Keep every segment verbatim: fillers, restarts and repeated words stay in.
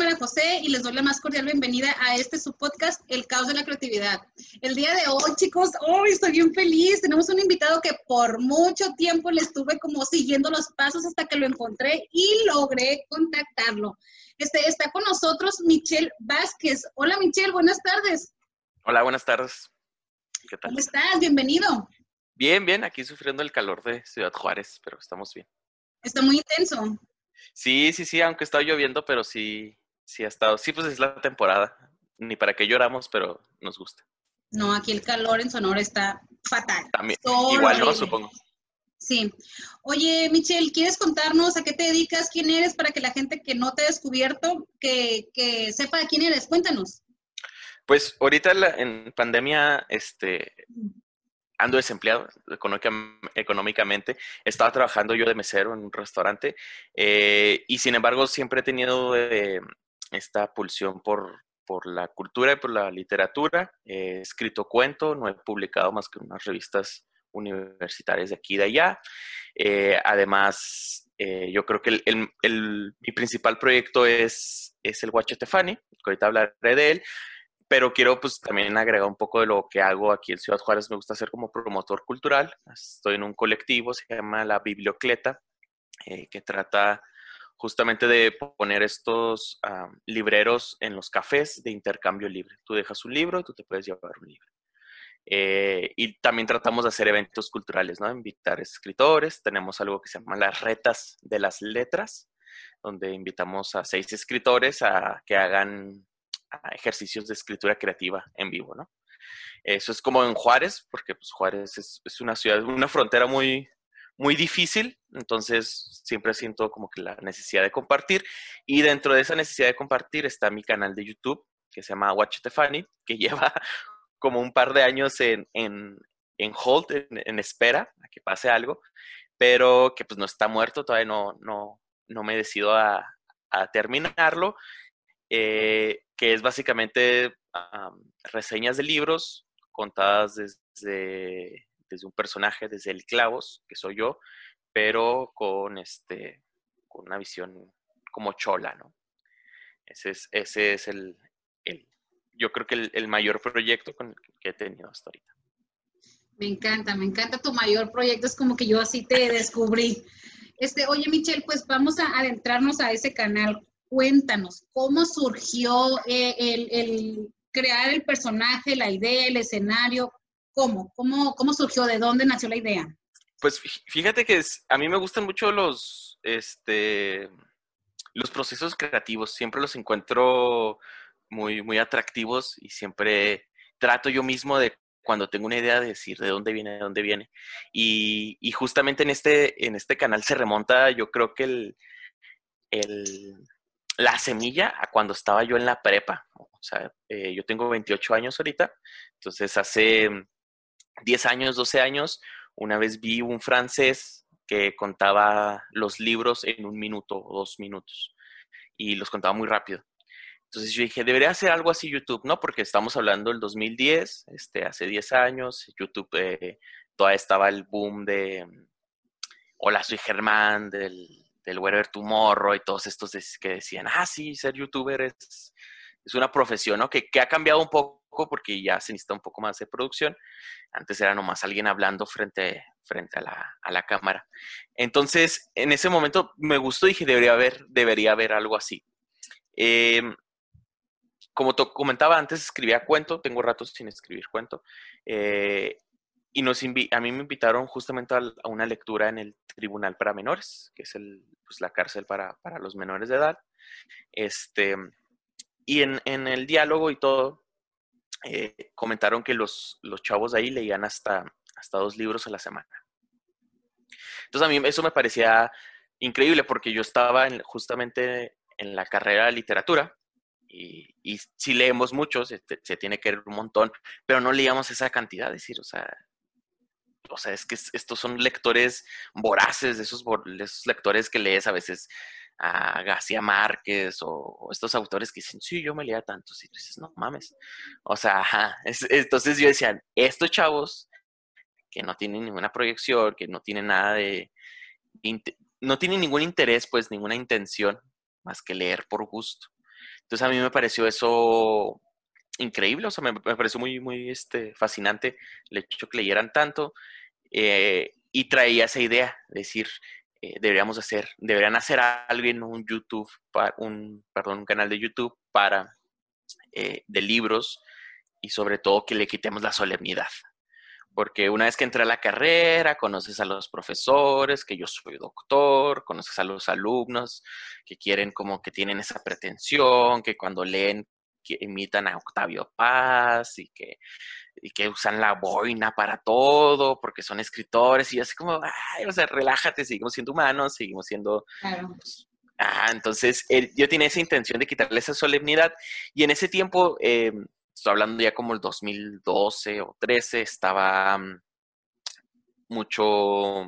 María José y les doy la más cordial bienvenida a este su podcast, El Caos de la Creatividad. El día de hoy, chicos, hoy estoy bien feliz. Tenemos un invitado que por mucho tiempo le estuve como siguiendo los pasos hasta que lo encontré y logré contactarlo. Este, está con nosotros Michel Vázquez. Hola, Michel, buenas tardes. Hola, buenas tardes. ¿Qué tal? ¿Cómo estás? Bienvenido. Bien, bien, aquí sufriendo el calor de Ciudad Juárez, pero estamos bien. Está muy intenso. Sí, sí, sí, aunque está lloviendo, pero sí, sí ha estado. Sí, pues es la temporada. Ni para qué lloramos, pero nos gusta. No, aquí el calor en Sonora está fatal. También, Solo igual, ¿no? horrible. Supongo. Sí. Oye, Michel, ¿quieres contarnos a qué te dedicas, quién eres, para que la gente que no te ha descubierto, que, que sepa quién eres? Cuéntanos. Pues ahorita la, en pandemia, este, ando desempleado económicamente. Estaba trabajando yo de mesero en un restaurante eh, y sin embargo siempre he tenido eh, esta pulsión por, por la cultura y por la literatura. He escrito cuento, no he publicado más que unas revistas universitarias de aquí y de allá. Eh, además, eh, yo creo que el, el, el, mi principal proyecto es, es el Watch Stefani, que ahorita hablaré de él. Pero quiero pues también agregar un poco de lo que hago aquí en Ciudad Juárez. Me gusta ser como promotor cultural. Estoy en un colectivo, se llama La Bibliocleta, eh, que trata justamente de poner estos um, libreros en los cafés de intercambio libre. Tú dejas un libro y tú te puedes llevar un libro. Eh, y también tratamos de hacer eventos culturales, ¿no? Invitar escritores. Tenemos algo que se llama las retas de las letras, donde invitamos a seis escritores a que hagan a ejercicios de escritura creativa en vivo, ¿no? Eso es como en Juárez, porque pues, Juárez es, es una ciudad, una frontera muy, muy difícil, entonces siempre siento como que la necesidad de compartir, y dentro de esa necesidad de compartir está mi canal de YouTube, que se llama Watch Stefani, que lleva como un par de años en, en, en hold, en, en espera a que pase algo, pero que pues no está muerto, todavía no, no, no me decido a, a terminarlo. Eh, que es básicamente um, reseñas de libros contadas desde, desde un personaje, desde el Clavos, que soy yo, pero con, este, con una visión como chola, ¿no? Ese es, ese es el, el, yo creo que el, el mayor proyecto con, que he tenido hasta ahorita. Me encanta, me encanta tu mayor proyecto, es como que yo así te descubrí. Este, oye, Michel, pues vamos a adentrarnos a ese canal. Cuéntanos, ¿cómo surgió eh, el, el crear el personaje, la idea, el escenario? ¿Cómo? ¿Cómo, cómo surgió? ¿De dónde nació la idea? Pues fíjate que es, a mí me gustan mucho los, este, los procesos creativos. Siempre los encuentro muy, muy atractivos y siempre trato yo mismo de cuando tengo una idea de decir de dónde viene, de dónde viene. Y, y justamente en este, en este canal se remonta, yo creo que el, el, la semilla a cuando estaba yo en la prepa. O sea, eh, yo tengo veintiocho años ahorita, entonces hace diez años, doce años, una vez vi un francés que contaba los libros en un minuto o dos minutos y los contaba muy rápido. Entonces yo dije, debería hacer algo así YouTube, ¿no? Porque estamos hablando del dos mil diez, este, hace diez años, YouTube eh, todavía estaba el boom de Hola, soy Germán, del, del Wherever Tomorrow y todos estos que decían, ah, sí, ser YouTuber es, es una profesión, ¿no? Que, que ha cambiado un poco porque ya se necesita un poco más de producción. Antes era nomás alguien hablando frente, frente a, la, a la cámara. Entonces, en ese momento me gustó y dije, debería haber, debería haber algo así. Eh, como te comentaba antes, escribía cuento, tengo ratos sin escribir cuento, eh, y nos invi a mí me invitaron justamente a, a, una lectura en el Tribunal para Menores, que es el, pues, la cárcel para, para los menores de edad. Este, y en, en el diálogo y todo, eh, comentaron que los, los chavos de ahí leían hasta, hasta dos libros a la semana. Entonces a mí eso me parecía increíble porque yo estaba en, justamente en la carrera de literatura, Y, y sí leemos mucho, se, se, tiene que leer un montón, pero no leíamos esa cantidad, es decir, o sea, o sea, es que estos son lectores voraces, de esos, de esos lectores que lees a veces a García Márquez o, o estos autores que dicen, sí, yo me leía tantos, y tú dices, no mames, o sea, ajá. Es, entonces yo decía, estos chavos que no tienen ninguna proyección, que no tienen nada de, no tienen ningún interés, pues ninguna intención más que leer por gusto. Entonces a mí me pareció eso increíble, o sea, me, me pareció muy, muy este, fascinante el hecho que leyeran tanto. Eh, y traía esa idea, de decir, eh, deberíamos hacer, deberían hacer algo en un YouTube, para, un, perdón, un canal de YouTube para, eh, de libros, y sobre todo que le quitemos la solemnidad. Porque una vez que entré a la carrera, conoces a los profesores, que yo soy doctor, conoces a los alumnos que quieren como que tienen esa pretensión, que cuando leen que imitan a Octavio Paz y que, y que usan la boina para todo porque son escritores y así como, ay, o sea, relájate, seguimos siendo humanos, seguimos siendo... Claro. Pues, ah, entonces eh, yo tenía esa intención de quitarle esa solemnidad y en ese tiempo... Eh, estoy hablando ya como el dos mil doce o trece, estaba um, mucho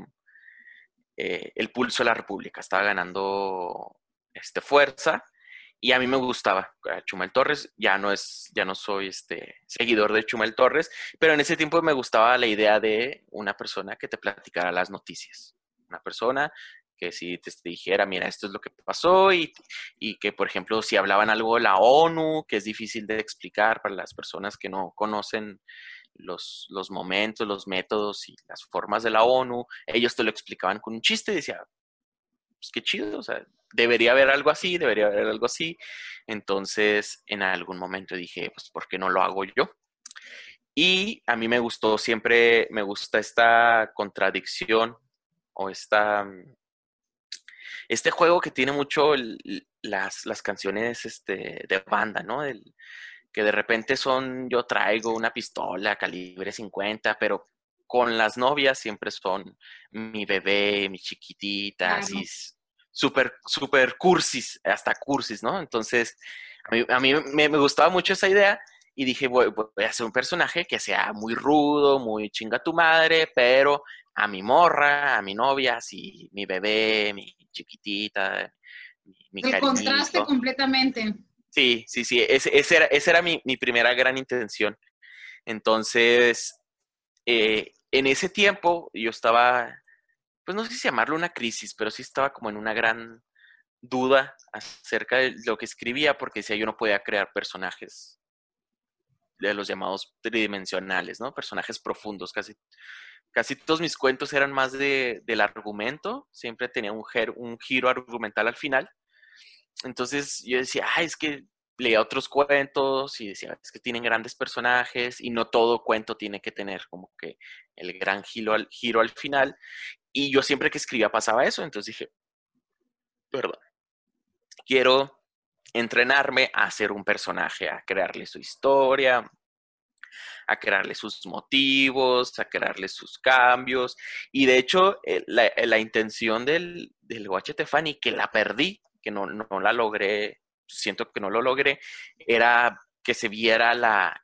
eh, el pulso de la República, estaba ganando este, fuerza y a mí me gustaba Chumel Torres, ya no es, ya no soy este seguidor de Chumel Torres, pero en ese tiempo me gustaba la idea de una persona que te platicara las noticias, una persona que si te, te dijera, mira, esto es lo que pasó y, y que, por ejemplo, si hablaban algo de la ONU, que es difícil de explicar para las personas que no conocen los, los momentos, los métodos y las formas de la ONU, ellos te lo explicaban con un chiste y decía, pues qué chido, o sea, debería haber algo así, debería haber algo así. Entonces, en algún momento dije, pues, ¿por qué no lo hago yo? Y a mí me gustó, siempre me gusta esta contradicción o esta, este juego que tiene mucho el, las, las canciones este, de banda, ¿no? El, que de repente son, yo traigo una pistola calibre cincuenta, pero con las novias siempre son mi bebé, mi chiquitita, Claro. así, súper, súper cursis, hasta cursis, ¿no? Entonces, a mí, a mí me, me, gustaba mucho esa idea y dije, voy, voy a hacer un personaje que sea muy rudo, muy chinga tu madre, pero a mi morra, a mi novia, así, mi bebé, mi chiquitita, mi, mi El contraste cariñito. completamente. Sí, sí, sí, ese, ese era, esa era mi, mi, primera gran intención. Entonces, eh, en ese tiempo yo estaba, pues no sé si llamarlo una crisis, pero sí estaba como en una gran duda acerca de lo que escribía, porque decía yo no podía crear personajes de los llamados tridimensionales, ¿no? Personajes profundos, casi, casi todos mis cuentos eran más de, del argumento, siempre tenía un, un giro argumental al final. Entonces yo decía, ay, es que leía otros cuentos y decía, es que tienen grandes personajes y no todo cuento tiene que tener como que el gran giro al, giro al final. Y yo siempre que escribía pasaba eso, entonces dije, perdón, quiero entrenarme a ser un personaje, a crearle su historia, a crearle sus motivos, a crearle sus cambios. Y de hecho, la, la intención del, del Guachete Fanny, que la perdí, que no, no la logré, siento que no lo logré, era que se viera la,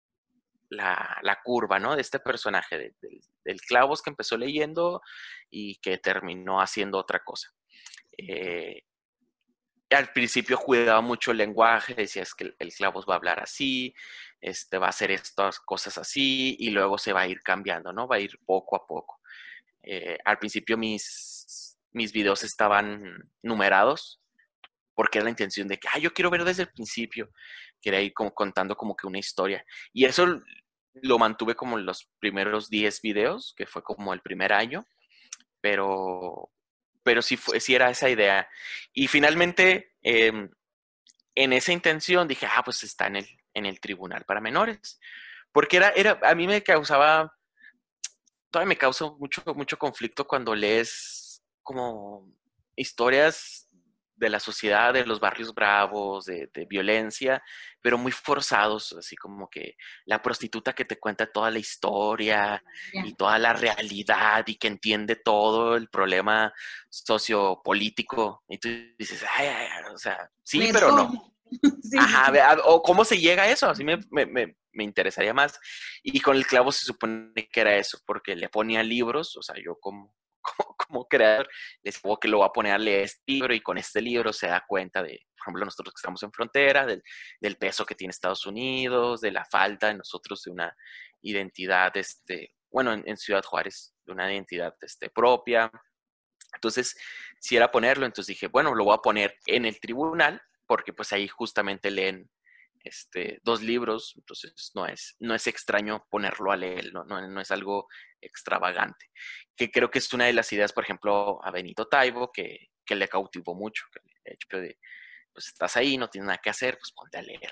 la, la curva, ¿no? De este personaje, de, de, del Clavos que empezó leyendo y que terminó haciendo otra cosa. Eh, al principio cuidaba mucho el lenguaje, decía es que el, el Clavos va a hablar así, este, va a hacer estas cosas así, y luego se va a ir cambiando, ¿no? Va a ir poco a poco. Eh, al principio mis, mis videos estaban numerados, porque era la intención de que, ah, yo quiero ver desde el principio, quería ir como contando como que una historia. Y eso lo mantuve como en los primeros diez videos, que fue como el primer año, pero, pero sí, fue, sí era esa idea. Y finalmente, eh, en esa intención dije, ah, pues está en el, en el tribunal para menores. Porque era, era, a mí me causaba, todavía me causa mucho, mucho conflicto cuando lees como historias de la sociedad, de los barrios bravos, de, de violencia, pero muy forzados, así como que la prostituta que te cuenta toda la historia Yeah. y toda la realidad y que entiende todo el problema sociopolítico. Y tú dices, ay, ay, ay, o sea, sí, ¿Ves pero cómo? no. Sí. Ajá, o cómo se llega a eso, así me, me, me, me interesaría más. Y con el clavo se supone que era eso, porque le ponía libros, o sea, yo como, como, como creador, les digo que lo voy a poner a leer este libro y con este libro se da cuenta de, por ejemplo, nosotros que estamos en frontera, del, del peso que tiene Estados Unidos, de la falta de nosotros de una identidad, este, bueno, en, en Ciudad Juárez, de una identidad este, propia. Entonces, si era ponerlo, entonces dije, bueno, lo voy a poner en el tribunal porque pues ahí justamente leen este, dos libros, entonces no es, no es extraño ponerlo a leer, ¿no? No, no es algo extravagante. Que creo que es una de las ideas, por ejemplo, a Benito Taibo, que, que le cautivó mucho, que el hecho de, pues estás ahí, no tienes nada que hacer, pues ponte a leer.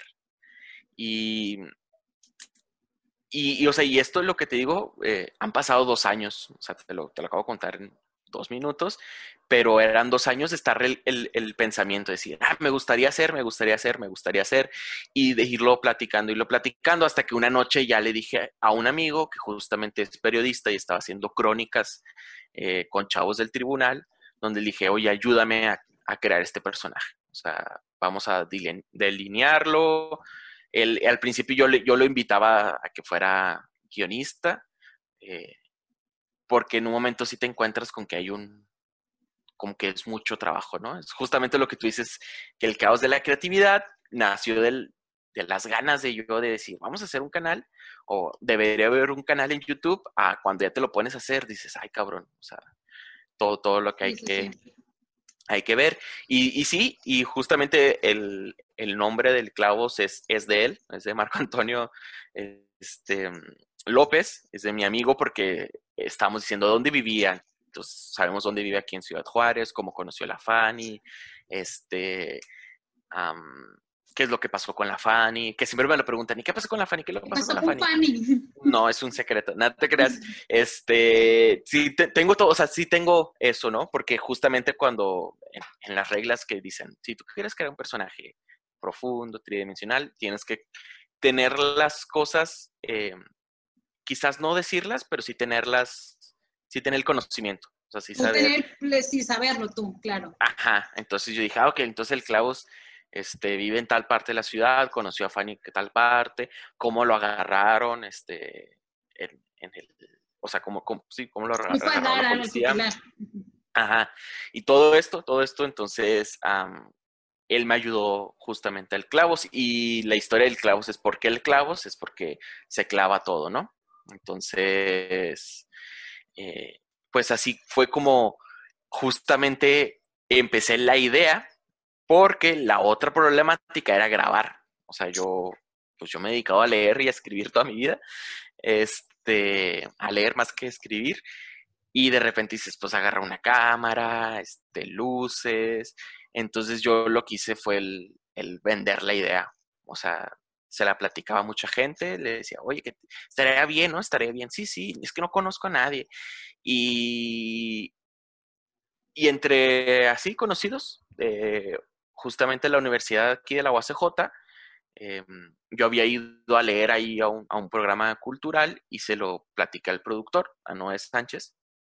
Y, y, y o sea, y esto es lo que te digo, eh, han pasado dos años, o sea, te lo, te lo acabo de contar en dos minutos, pero eran dos años de estar el, el, el pensamiento, de decir, ah, me gustaría hacer, me gustaría hacer, me gustaría hacer, y de irlo platicando, irlo platicando, hasta que una noche ya le dije a un amigo que justamente es periodista y estaba haciendo crónicas eh, con chavos del tribunal, donde le dije, oye, ayúdame a, a crear este personaje, o sea, vamos a delinearlo. Él, al principio yo, le, yo lo invitaba a que fuera guionista, eh, porque en un momento sí te encuentras con que hay un, como que es mucho trabajo, ¿no? Es justamente lo que tú dices, que el caos de la creatividad nació del, de las ganas de yo de decir, vamos a hacer un canal, o debería haber un canal en YouTube, a cuando ya te lo pones a hacer, dices, ay cabrón, o sea, todo, todo lo que hay Sí, sí, que, sí. hay que ver. Y, y sí, y justamente el, el nombre del Clavos es, es de él, es de Marco Antonio este, López, es de mi amigo porque estamos diciendo dónde vivían. Entonces sabemos dónde vive aquí en Ciudad Juárez, cómo conoció a la Fanny, este, um, qué es lo que pasó con la Fanny, que siempre me lo preguntan, ¿y qué pasó con la Fanny? ¿Qué lo ¿Qué pasó con pasó la con Fanny? Fanny? No, es un secreto, nada te creas. Este, sí, te, tengo todo, o sea, sí tengo eso, ¿no? Porque justamente cuando en, en, las reglas que dicen, si tú quieres crear un personaje profundo, tridimensional, tienes que tener las cosas, eh, quizás no decirlas, pero sí tenerlas, sí tener el conocimiento, o sea, sí Tú saber. tener, sí saberlo tú, claro. Ajá, entonces yo dije, ah, ok, entonces el Clavos este, vive en tal parte de la ciudad, conoció a Fanny en tal parte, cómo lo agarraron, este, en, en el, o sea, cómo, cómo, sí, cómo lo ¿Cómo fue a agarró dar la al policía. tutelar? Ajá, y todo esto, todo esto, entonces, um, él me ayudó justamente al Clavos, y la historia del Clavos es porque el Clavos es porque se clava todo, ¿no? Entonces, eh, pues así fue como justamente empecé la idea, porque la otra problemática era grabar. O sea, yo, pues yo me he dedicado a leer y a escribir toda mi vida, este, a leer más que escribir, y de repente dices, pues agarra una cámara, este, luces. Entonces yo lo que hice fue el, el vender la idea. O sea, se la platicaba a mucha gente, le decía, oye, que estaría bien, ¿no? Estaría bien. Sí, sí, es que no conozco a nadie. Y, y entre así conocidos, eh, justamente la universidad aquí de la U A C J, eh, yo había ido a leer ahí a un, a un programa cultural y se lo platicé al productor, a Noé Sánchez,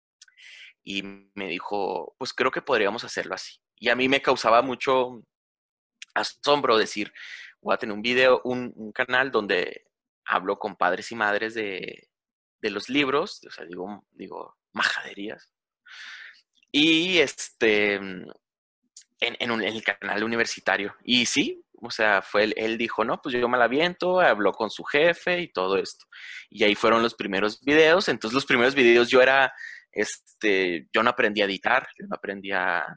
y me dijo, pues creo que podríamos hacerlo así. Y a mí me causaba mucho asombro decir, voy a tener un video, un, un canal donde hablo con padres y madres de, de los libros, o sea, digo, digo majaderías. Y este, en, en, un, en el canal universitario. Y sí, o sea, fue él, él dijo, no, pues yo me la aviento, habló con su jefe y todo esto. Y ahí fueron los primeros videos. Entonces los primeros videos yo era, este, yo no aprendí a editar, yo no aprendí a, a,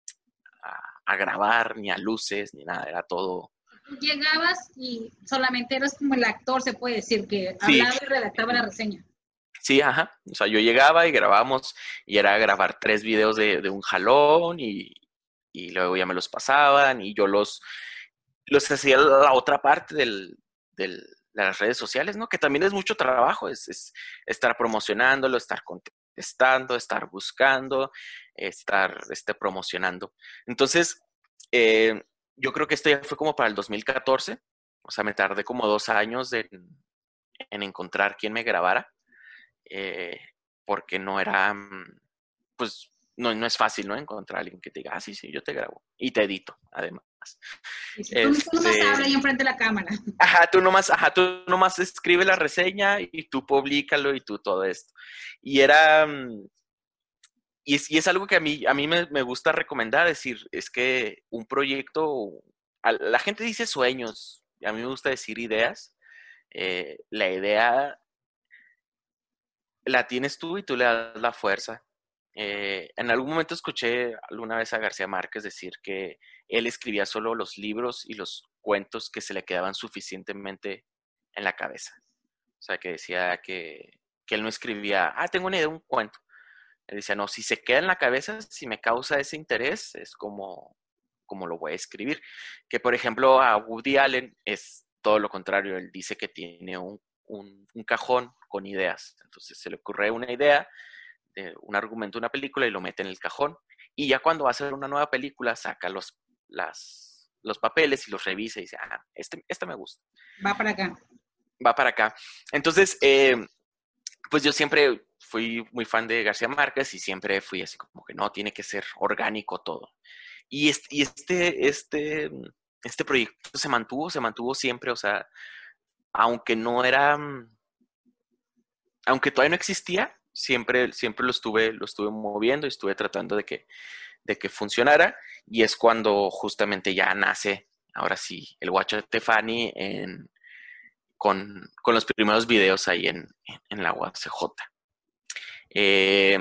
a grabar, ni a luces, ni nada, era todo. Tú llegabas y solamente eras como el actor, se puede decir, que Sí, hablaba y redactaba la reseña. sí, ajá. O sea, yo llegaba y grabábamos, y era grabar tres videos de, de un jalón, y, y luego ya me los pasaban, y yo los, los hacía la otra parte del, del, de las redes sociales, ¿no? Que también es mucho trabajo, es, es estar promocionándolo, estar contestando, estar buscando, estar este, promocionando. Entonces, eh, yo creo que esto ya fue como para el dos mil catorce, o sea, me tardé como dos años en, en encontrar quién me grabara, eh, porque no era, mm, pues, no, no es fácil, ¿no? Encontrar a alguien que te diga, ah, sí, sí, yo te grabo. Y te edito, además. Y si tú, tú nomás Este, hablas ahí enfrente de la cámara. ajá, tú nomás, ajá, tú nomás escribe la reseña y tú publícalo y tú todo esto. Y era, mm, y es, y es algo que a mí, a mí me, me gusta recomendar, decir, es que un proyecto, a, la gente dice sueños, a mí me gusta decir ideas. Eh, la idea la tienes tú y tú le das la fuerza. Eh, en algún momento escuché alguna vez a García Márquez decir que él escribía solo los libros y los cuentos que se le quedaban suficientemente en la cabeza. O sea, que decía que, que él no escribía, ah, tengo una idea de un cuento. Él decía, no, si se queda en la cabeza, si me causa ese interés, es como, como lo voy a escribir. Que, por ejemplo, a Woody Allen es todo lo contrario. Él dice que tiene un, un, un cajón con ideas. Entonces se le ocurre una idea, de un argumento, una película, y lo mete en el cajón. Y ya cuando va a hacer una nueva película, saca los, las, los papeles y los revisa y dice, ah, este, este me gusta. Va para acá. Va para acá. Entonces, eh, pues yo siempre fui muy fan de García Márquez y siempre fui así como que no, tiene que ser orgánico todo. Y este, y este, este, este proyecto se mantuvo, se mantuvo siempre, o sea, aunque no era, aunque todavía no existía, siempre, siempre lo estuve, lo estuve moviendo y estuve tratando de que, de que funcionara. Y es cuando justamente ya nace, ahora sí, el Guacho de Tefani en, con, con los primeros videos ahí en, en la U A C J. Eh,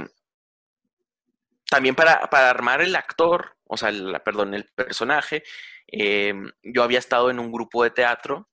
también para, para armar el actor, o sea, el, perdón, el personaje, eh, yo había estado en un grupo de teatro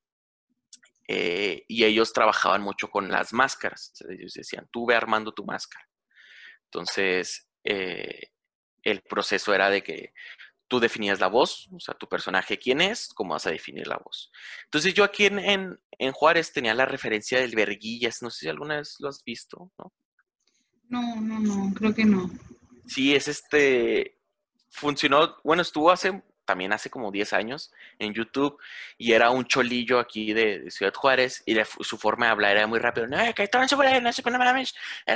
eh, y ellos trabajaban mucho con las máscaras. Ellos decían, tú ve armando tu máscara. Entonces, eh, el proceso era de que tú definías la voz, o sea, tu personaje quién es, cómo vas a definir la voz. Entonces yo aquí en, en, en Juárez tenía la referencia del Verguillas, no sé si alguna vez lo has visto, ¿no? No, no, no, creo que no. Sí, es este, funcionó, bueno, estuvo hace, también hace como diez años en YouTube y era un cholillo aquí de, de Ciudad Juárez y de, su forma de hablar era muy rápido. No, que todo se puede, no sé qué, no mames.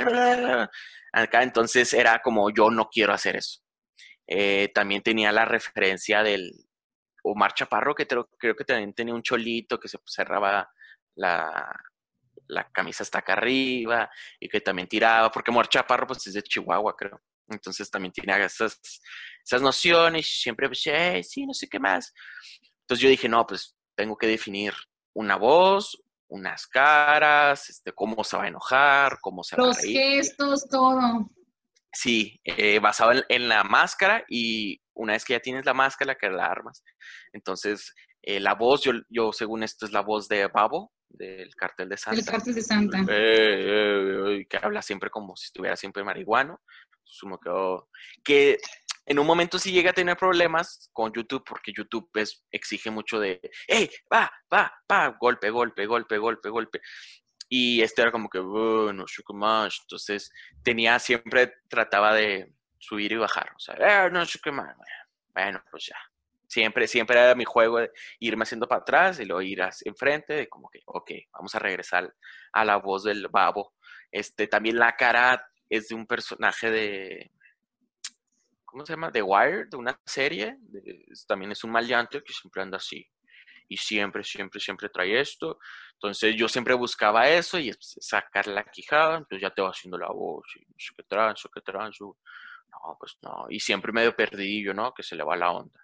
Acá entonces era como yo no quiero hacer eso. Eh, también tenía la referencia del Omar Chaparro, que creo, creo que también tenía un cholito que se cerraba la, la camisa hasta acá arriba y que también tiraba, porque Omar Chaparro pues es de Chihuahua, creo. Entonces también tiene esas, esas nociones, siempre pues, hey, sí, no sé qué más. Entonces yo dije, no, pues tengo que definir una voz, unas caras, este, cómo se va a enojar, cómo se va a Los reír. gestos, todo. Sí, eh, basado en, en, la máscara y una vez que ya tienes la máscara, que la armas. Entonces, eh, la voz, yo, yo según esto es la voz de Babo, del Cartel de Santa. El Cartel de Santa. Eh, eh, eh, que habla siempre como si estuviera siempre marihuano. Sumo que, oh, que en un momento sí llega a tener problemas con YouTube, porque YouTube es, exige mucho de, ¡hey, va, va, va! Golpe, golpe, golpe, golpe, golpe. Y este era como que, oh, no sé qué más. Entonces, tenía, siempre trataba de subir y bajar. O sea, eh, no sé qué más. Bueno, pues ya. Siempre, siempre era mi juego de irme haciendo para atrás y luego ir hacia enfrente, de como que, ok, vamos a regresar a la voz del Babo. Este, también la cara es de un personaje de, ¿cómo se llama? The Wire, de una serie. De, también es un maleante que siempre anda así. Y siempre, siempre, siempre trae esto. Entonces yo siempre buscaba eso y sacar la quijada. Entonces ya te va haciendo la voz y no sé qué transo, qué transo. No, pues no. Y siempre medio perdidillo, ¿no? Que se le va la onda.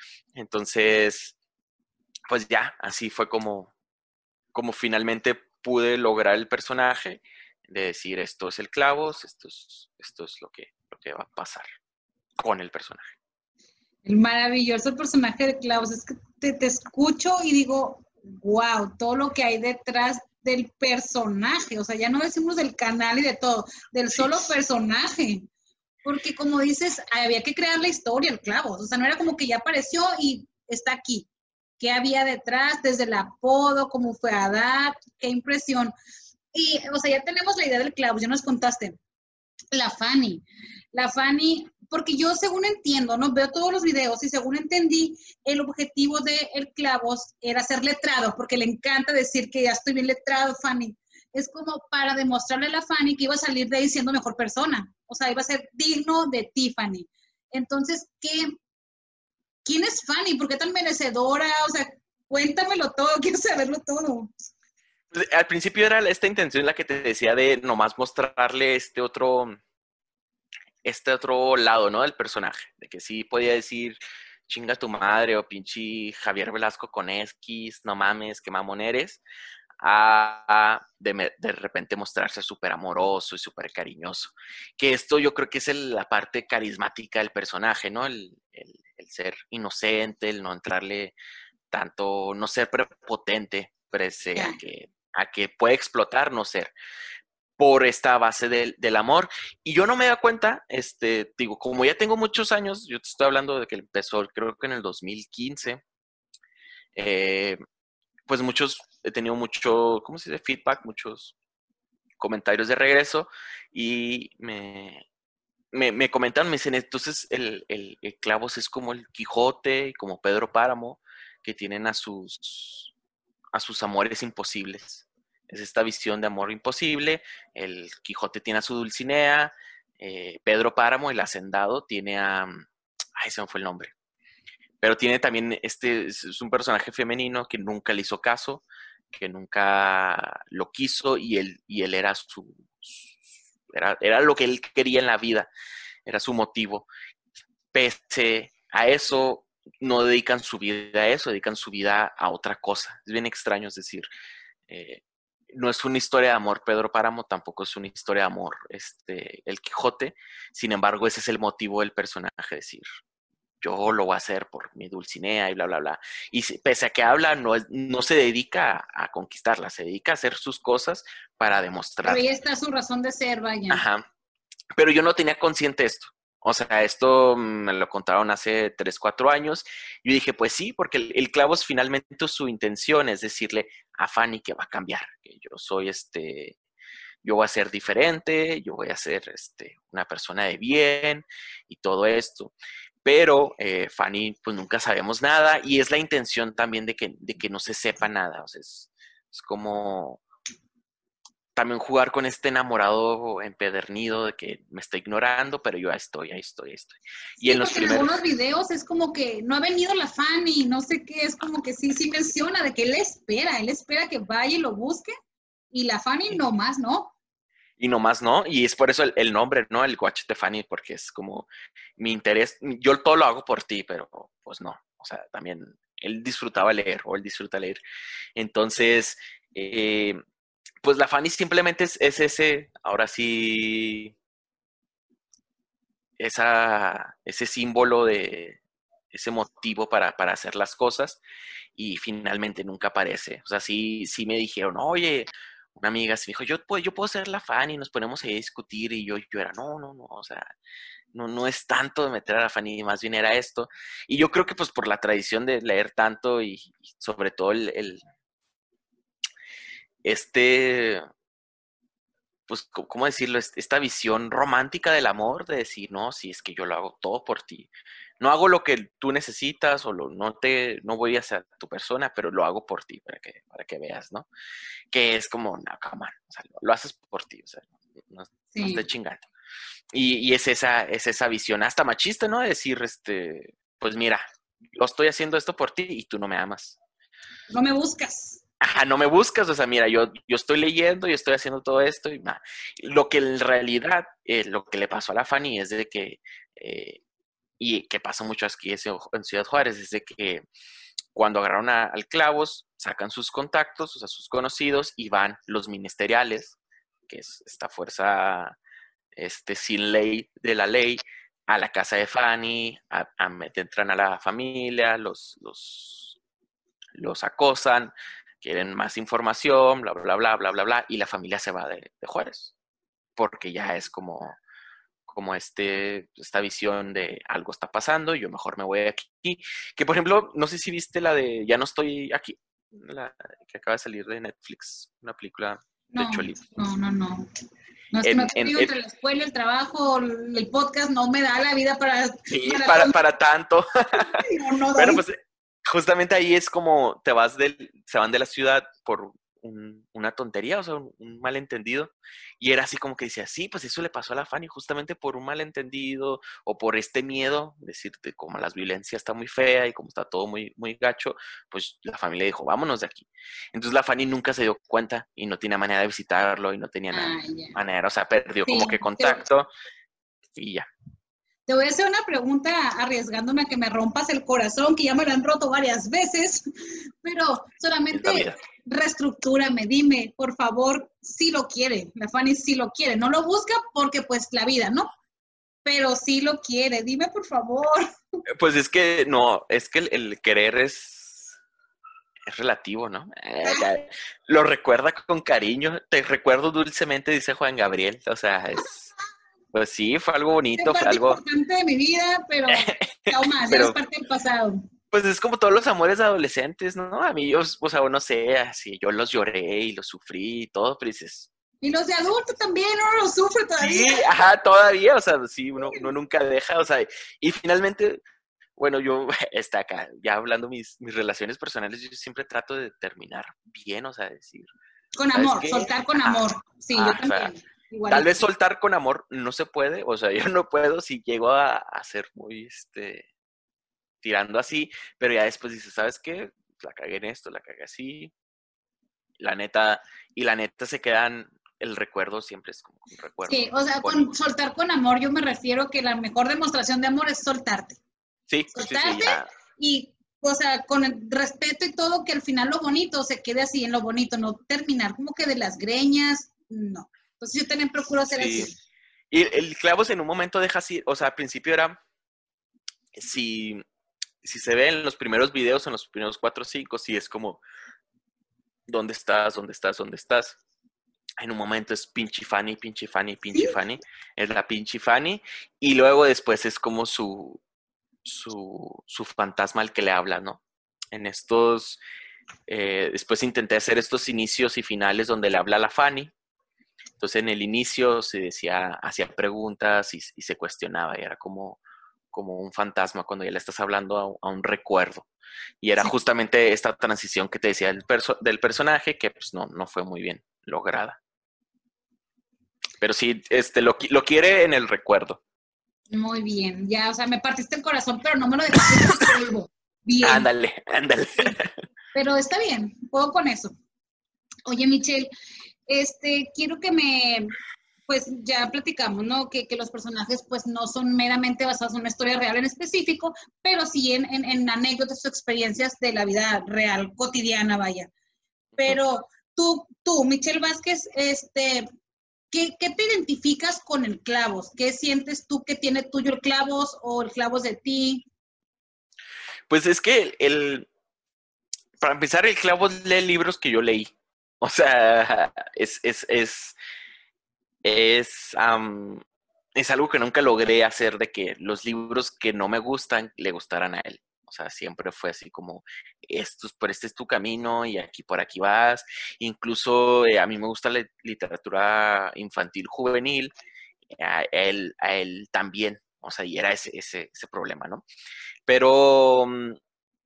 Entonces, pues ya, así fue como, como finalmente pude lograr el personaje. De decir, esto es el clavos, esto es, esto es lo, que, lo que va a pasar con el personaje. El maravilloso personaje de Klaus, es que te, te escucho y digo, wow, todo lo que hay detrás del personaje, o sea, ya no decimos del canal y de todo, del sí. Solo personaje, porque como dices, había que crear la historia, el Klaus, o sea, no era como que ya apareció y está aquí, qué había detrás, desde el apodo, cómo fue a dar, qué impresión, y, o sea, ya tenemos la idea del Klaus, ya nos contaste, la Fanny, la Fanny, porque yo según entiendo, ¿no? Veo todos los videos y según entendí, el objetivo de el Clavos era ser letrado, porque le encanta decir que ya estoy bien letrado, Fanny. Es como para demostrarle a la Fanny que iba a salir de ahí siendo mejor persona. O sea, iba a ser digno de Tiffany. Entonces, ¿qué? ¿Quién es Fanny? ¿Por qué tan merecedora? O sea, cuéntamelo todo, quiero saberlo todo. Al principio era esta intención la que te decía de nomás mostrarle este otro... este otro lado, ¿no? Del personaje, de que sí podía decir chinga tu madre o pinche Javier Velasco con esquis, no mames, qué mamón eres, a, a de, me- de repente mostrarse súper amoroso y súper cariñoso. Que esto yo creo que es el- la parte carismática del personaje, ¿no? El, el- el ser inocente, el no entrarle tanto, no ser prepotente, prese Ya. a que, a que puede explotar, no ser, por esta base del, del amor. Y yo no me da cuenta, este, digo, como ya tengo muchos años, yo te estoy hablando de que empezó, creo que en el dos mil quince, eh, pues muchos, he tenido mucho, ¿cómo se dice? Feedback, muchos comentarios de regreso y me, me, me comentan, me dicen, entonces el, el, el Clavos es como el Quijote, como Pedro Páramo, que tienen a sus, a sus amores imposibles. Es esta visión de amor imposible. El Quijote tiene a su Dulcinea, eh, Pedro Páramo, el hacendado, tiene a... Ay, se me fue el nombre. Pero tiene también, este, es un personaje femenino que nunca le hizo caso, que nunca lo quiso y él, y él era su... Era, era lo que él quería en la vida, era su motivo. Pese a eso, no dedican su vida a eso, dedican su vida a otra cosa. Es bien extraño, es decir, eh, no es una historia de amor Pedro Páramo, tampoco es una historia de amor este, el Quijote. Sin embargo, ese es el motivo del personaje, decir, yo lo voy a hacer por mi Dulcinea y bla, bla, bla. Y pese a que habla, no, es, no se dedica a, a conquistarla, se dedica a hacer sus cosas para Pero ahí demostrarle. está su razón de ser, vaya. Ajá. Pero yo no tenía consciente esto. O sea, esto me lo contaron hace tres, cuatro años. Yo dije, pues sí, porque el, el Clavos finalmente su intención es decirle a Fanny que va a cambiar, que yo soy este, yo voy a ser diferente, yo voy a ser este, una persona de bien y todo esto. Pero eh, Fanny, pues nunca sabemos nada y es la intención también de que, de que no se sepa nada. O sea, es, es como también jugar con este enamorado empedernido de que me está ignorando, pero yo ahí estoy, ahí estoy, ahí estoy. Y Sí, en los porque en primeros... algunos videos es como que no ha venido la Fanny, no sé qué, es como que sí, sí menciona de que él espera, él espera que vaya y lo busque y la Fanny no más, ¿no? Y nomás no, y es por eso el, el nombre, ¿no? El Guachete Fanny, porque es como mi interés, yo todo lo hago por ti, pero pues no, o sea, también él disfrutaba leer, o él disfruta leer. Entonces, eh, pues la Fanny simplemente es, es ese, ahora sí, esa, ese símbolo de, ese motivo para, para hacer las cosas, y finalmente nunca aparece. O sea, sí, sí me dijeron, oye, una amiga se me dijo, yo, pues, yo puedo ser la Fanny, y nos ponemos ahí a discutir, y yo, yo era, no, no, no, o sea, no, no es tanto de meter a la Fanny, más bien era esto. Y yo creo que pues por la tradición de leer tanto y, y sobre todo el, el, este, pues, ¿cómo decirlo? Esta visión romántica del amor, de decir, no, si es que yo lo hago todo por ti. No hago lo que tú necesitas o lo, no te, no voy a ser tu persona, pero lo hago por ti, para que, para que veas, ¿no? Que es como, no, come on, o sea, lo, lo haces por ti, o sea, no, no estés Sí. chingando. Y, y es esa, es esa visión hasta machista, ¿no? De decir, este, pues mira, yo estoy haciendo esto por ti y tú no me amas. No me buscas. Ajá, no me buscas, o sea, mira, yo, yo estoy leyendo y estoy haciendo todo esto y nah. Lo que en realidad, eh, lo que le pasó a la Fanny es de que, eh, y que pasa mucho aquí en Ciudad Juárez, es de que cuando agarraron a, al Clavos, sacan sus contactos, o sea, sus conocidos, y van los ministeriales, que es esta fuerza este, sin ley de la ley, a la casa de Fanny, a, a, entran a la familia, los, los, los acosan, quieren más información, bla, bla, bla, bla, bla, bla, y la familia se va de, de Juárez, porque ya es como, como este, esta visión de algo está pasando, yo mejor me voy aquí. Que por ejemplo, no sé si viste la de Ya no estoy aquí, la que acaba de salir de Netflix, una película de No, Cholito. no, no, no. No es que no En, te en, digo, en, entre la escuela, el trabajo, el podcast, no me da la vida para... sí, para para, para tanto. no, no Bueno, doy. pues justamente ahí es como te vas del, se van de la ciudad por un, una tontería, o sea, un, un, malentendido. Y era así como que decía, sí, pues eso le pasó a la Fanny justamente por un malentendido o por este miedo, decirte, como la violencia está muy fea y como está todo muy, muy gacho, pues la familia dijo, vámonos de aquí. Entonces la Fanny nunca se dio cuenta y no tenía manera de visitarlo y no tenía nada, Ah, ya. manera, o sea, perdió Sí, como que qué, contacto y ya. Te voy a hacer una pregunta arriesgándome a que me rompas el corazón, que ya me lo han roto varias veces, pero solamente reestructúrame, dime, por favor, si lo quiere, la Fanny sí lo quiere, no lo busca porque pues la vida, ¿no? Pero sí lo quiere, dime por favor. Pues es que no, es que el, el querer es, es relativo, ¿no? Eh, lo recuerda con cariño, te recuerdo dulcemente, dice Juan Gabriel, o sea, es... Pues sí, fue algo bonito, Es fue parte algo... importante de mi vida, pero aún más, ya es Pero, parte del pasado. pues es como todos los amores adolescentes, ¿no? A mí, yo, o sea, no sé, así, yo los lloré y los sufrí y todo, pero dices... Y los de adultos también, uno los sufre todavía. Sí, ajá, todavía, o sea, sí, uno, uno nunca deja, o sea, y finalmente, bueno, yo, está acá, ya hablando mis, mis relaciones personales, yo siempre trato de terminar bien, o sea, decir, Con ¿sabes amor, qué? soltar con Ajá, amor. Sí, yo ah, o sea, también. tal Igualito. vez soltar con amor no se puede, o sea, yo no puedo si llego a, a ser muy, este, tirando así, pero ya después dices, ¿sabes qué? La cagué en esto, la cagué así, la neta, y la neta se quedan, el recuerdo siempre es como un Sí, recuerdo o sea, con bonito. soltar con amor yo me refiero que la mejor demostración de amor es soltarte. Sí, sí, sí, Soltarte ya. y, o sea, con el respeto y todo, que al final lo bonito se quede así en lo bonito, no terminar como que de las greñas, no. Entonces yo también procuro hacer así. Sí. Y el clavos en un momento deja así, o sea, al principio era, si, si se ve en los primeros videos, en los primeros cuatro o cinco, sí es como, ¿dónde estás? ¿Dónde estás? ¿Dónde estás? En un momento es pinche Fanny, pinche Fanny, ¿Sí? pinche Fanny, es la pinche Fanny, y luego después es como su, su, su fantasma al que le habla, ¿no? En estos, eh, después intenté hacer estos inicios y finales donde le habla a la Fanny. Entonces en el inicio se decía, hacía preguntas y, y se cuestionaba, y era como, como un fantasma cuando ya le estás hablando a, a un recuerdo. Y era Sí. justamente esta transición que te decía del, perso del personaje que pues no, no fue muy bien lograda. Pero sí, este, lo, lo quiere en el recuerdo. Muy bien, ya, o sea, me partiste el corazón, pero no me lo dejaste en polvo. Bien, Ándale, ándale. sí, pero está bien, puedo con eso. Oye, Michelle, este, quiero que me, pues ya platicamos, ¿no? Que, que los personajes pues no son meramente basados en una historia real en específico, pero sí en, en, en anécdotas o experiencias de la vida real, cotidiana, vaya. Pero tú, tú, Michelle Vázquez, este, ¿qué, ¿qué te identificas con el clavos? ¿Qué sientes tú que tiene tuyo el clavos o el clavos de ti? Pues es que el, el, para empezar, el clavo lee libros que yo leí. O sea, es, es, es, es, um, es algo que nunca logré hacer de que los libros que no me gustan le gustaran a él. O sea, siempre fue así como, esto, por este es tu camino y aquí por aquí vas. Incluso eh, a mí me gusta la literatura infantil juvenil, a él, a él también. O sea, y era ese, ese, ese problema, ¿no? Pero um,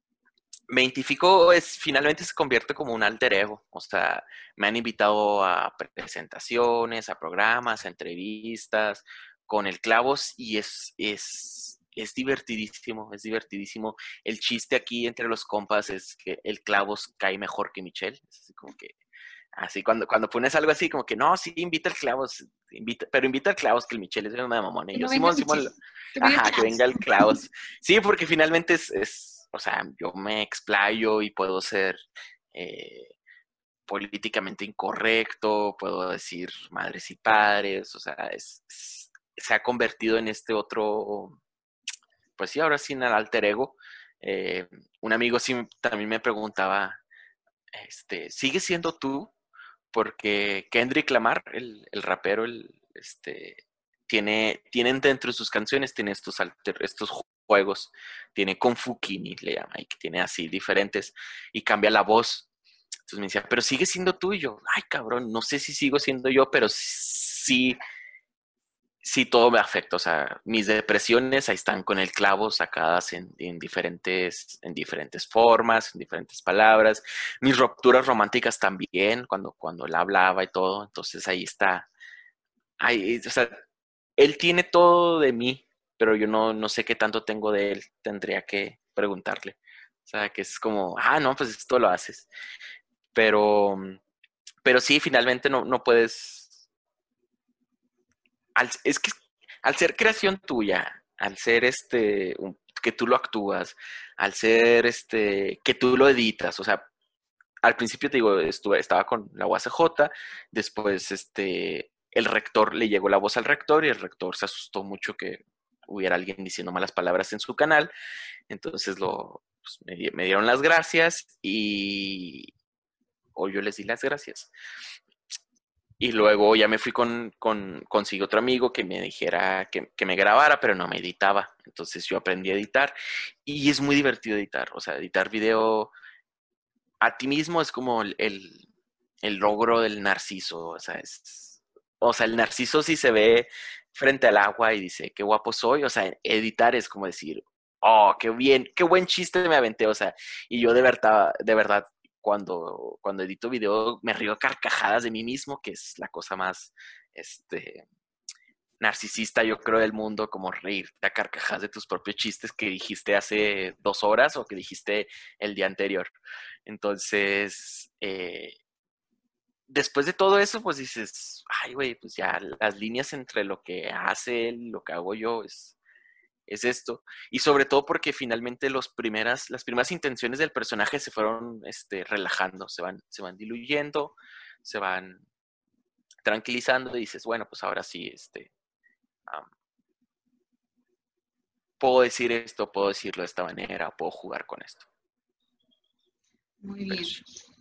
me identifico, es, finalmente se convierte como un alter ego. O sea, me han invitado a presentaciones, a programas, a entrevistas con el Clavos y es, es, es divertidísimo, es divertidísimo. El chiste aquí entre los compas es que el Clavos cae mejor que Michelle. Es así como que, así cuando, cuando pones algo así como que, no, sí, invita al Clavos, invita, pero invita al Clavos que el Michelle es una mamona. Que Y yo, no venga Simón, Michelle, Simón, que venga ajá, que clavos. venga el Clavos. Sí, porque finalmente es, es o sea, yo me explayo y puedo ser eh, políticamente incorrecto, puedo decir madres y padres, o sea, es, es, se ha convertido en este otro, pues sí, ahora sí en el alter ego. Eh, un amigo sí también me preguntaba, este, ¿sigues siendo tú? Porque Kendrick Lamar, el, el rapero, el, este, tiene, tienen dentro de sus canciones, tiene estos, alter, estos juegos, tiene Kung Fu Kini, le llama, y que tiene así diferentes, y cambia la voz. Entonces me decía, pero sigue siendo tú, y yo, ay cabrón, no sé si sigo siendo yo, pero sí, sí todo me afecta, o sea, mis depresiones ahí están con el clavo sacadas en, en, diferentes, en diferentes formas, en diferentes palabras, mis rupturas románticas también, cuando, cuando él hablaba y todo, entonces ahí está, ahí, o sea, él tiene todo de mí, pero yo no, no sé qué tanto tengo de él, tendría que preguntarle, o sea, que es como, ah, no, pues esto lo haces, pero, pero sí, finalmente no, no puedes, al, es que al ser creación tuya al ser este, un- que tú lo actúas, al ser este, que tú lo editas, o sea, al principio te digo, estuve, estaba con la U A C J, después este, el rector, le llegó la voz al rector y el rector se asustó mucho que hubiera alguien diciendo malas palabras en su canal, entonces lo, pues, me, di- me dieron las gracias y, o yo les di las gracias. Y luego ya me fui con, con conseguí otro amigo que me dijera, que, que me grabara, pero no me editaba. Entonces yo aprendí a editar y es muy divertido editar. O sea, editar video a ti mismo es como el, el, el logro del narciso. O sea, es, o sea, el narciso sí se ve frente al agua y dice, qué guapo soy. O sea, editar es como decir, oh, qué bien, qué buen chiste me aventé. O sea, y yo de verdad, de verdad, cuando, cuando edito video me río a carcajadas de mí mismo, que es la cosa más, este, narcisista, yo creo, del mundo, como reírte a carcajadas de tus propios chistes que dijiste hace dos horas o que dijiste el día anterior. Entonces, eh, después de todo eso, pues dices, ay, güey, pues ya las líneas entre lo que hace él, lo que hago yo, es, es esto. Y sobre todo porque finalmente los primeras, las primeras intenciones del personaje se fueron este, relajando, se van, se van diluyendo, se van tranquilizando y dices, bueno, pues ahora sí, este, um, puedo decir esto, puedo decirlo de esta manera, puedo jugar con esto. Muy Pero bien. sí.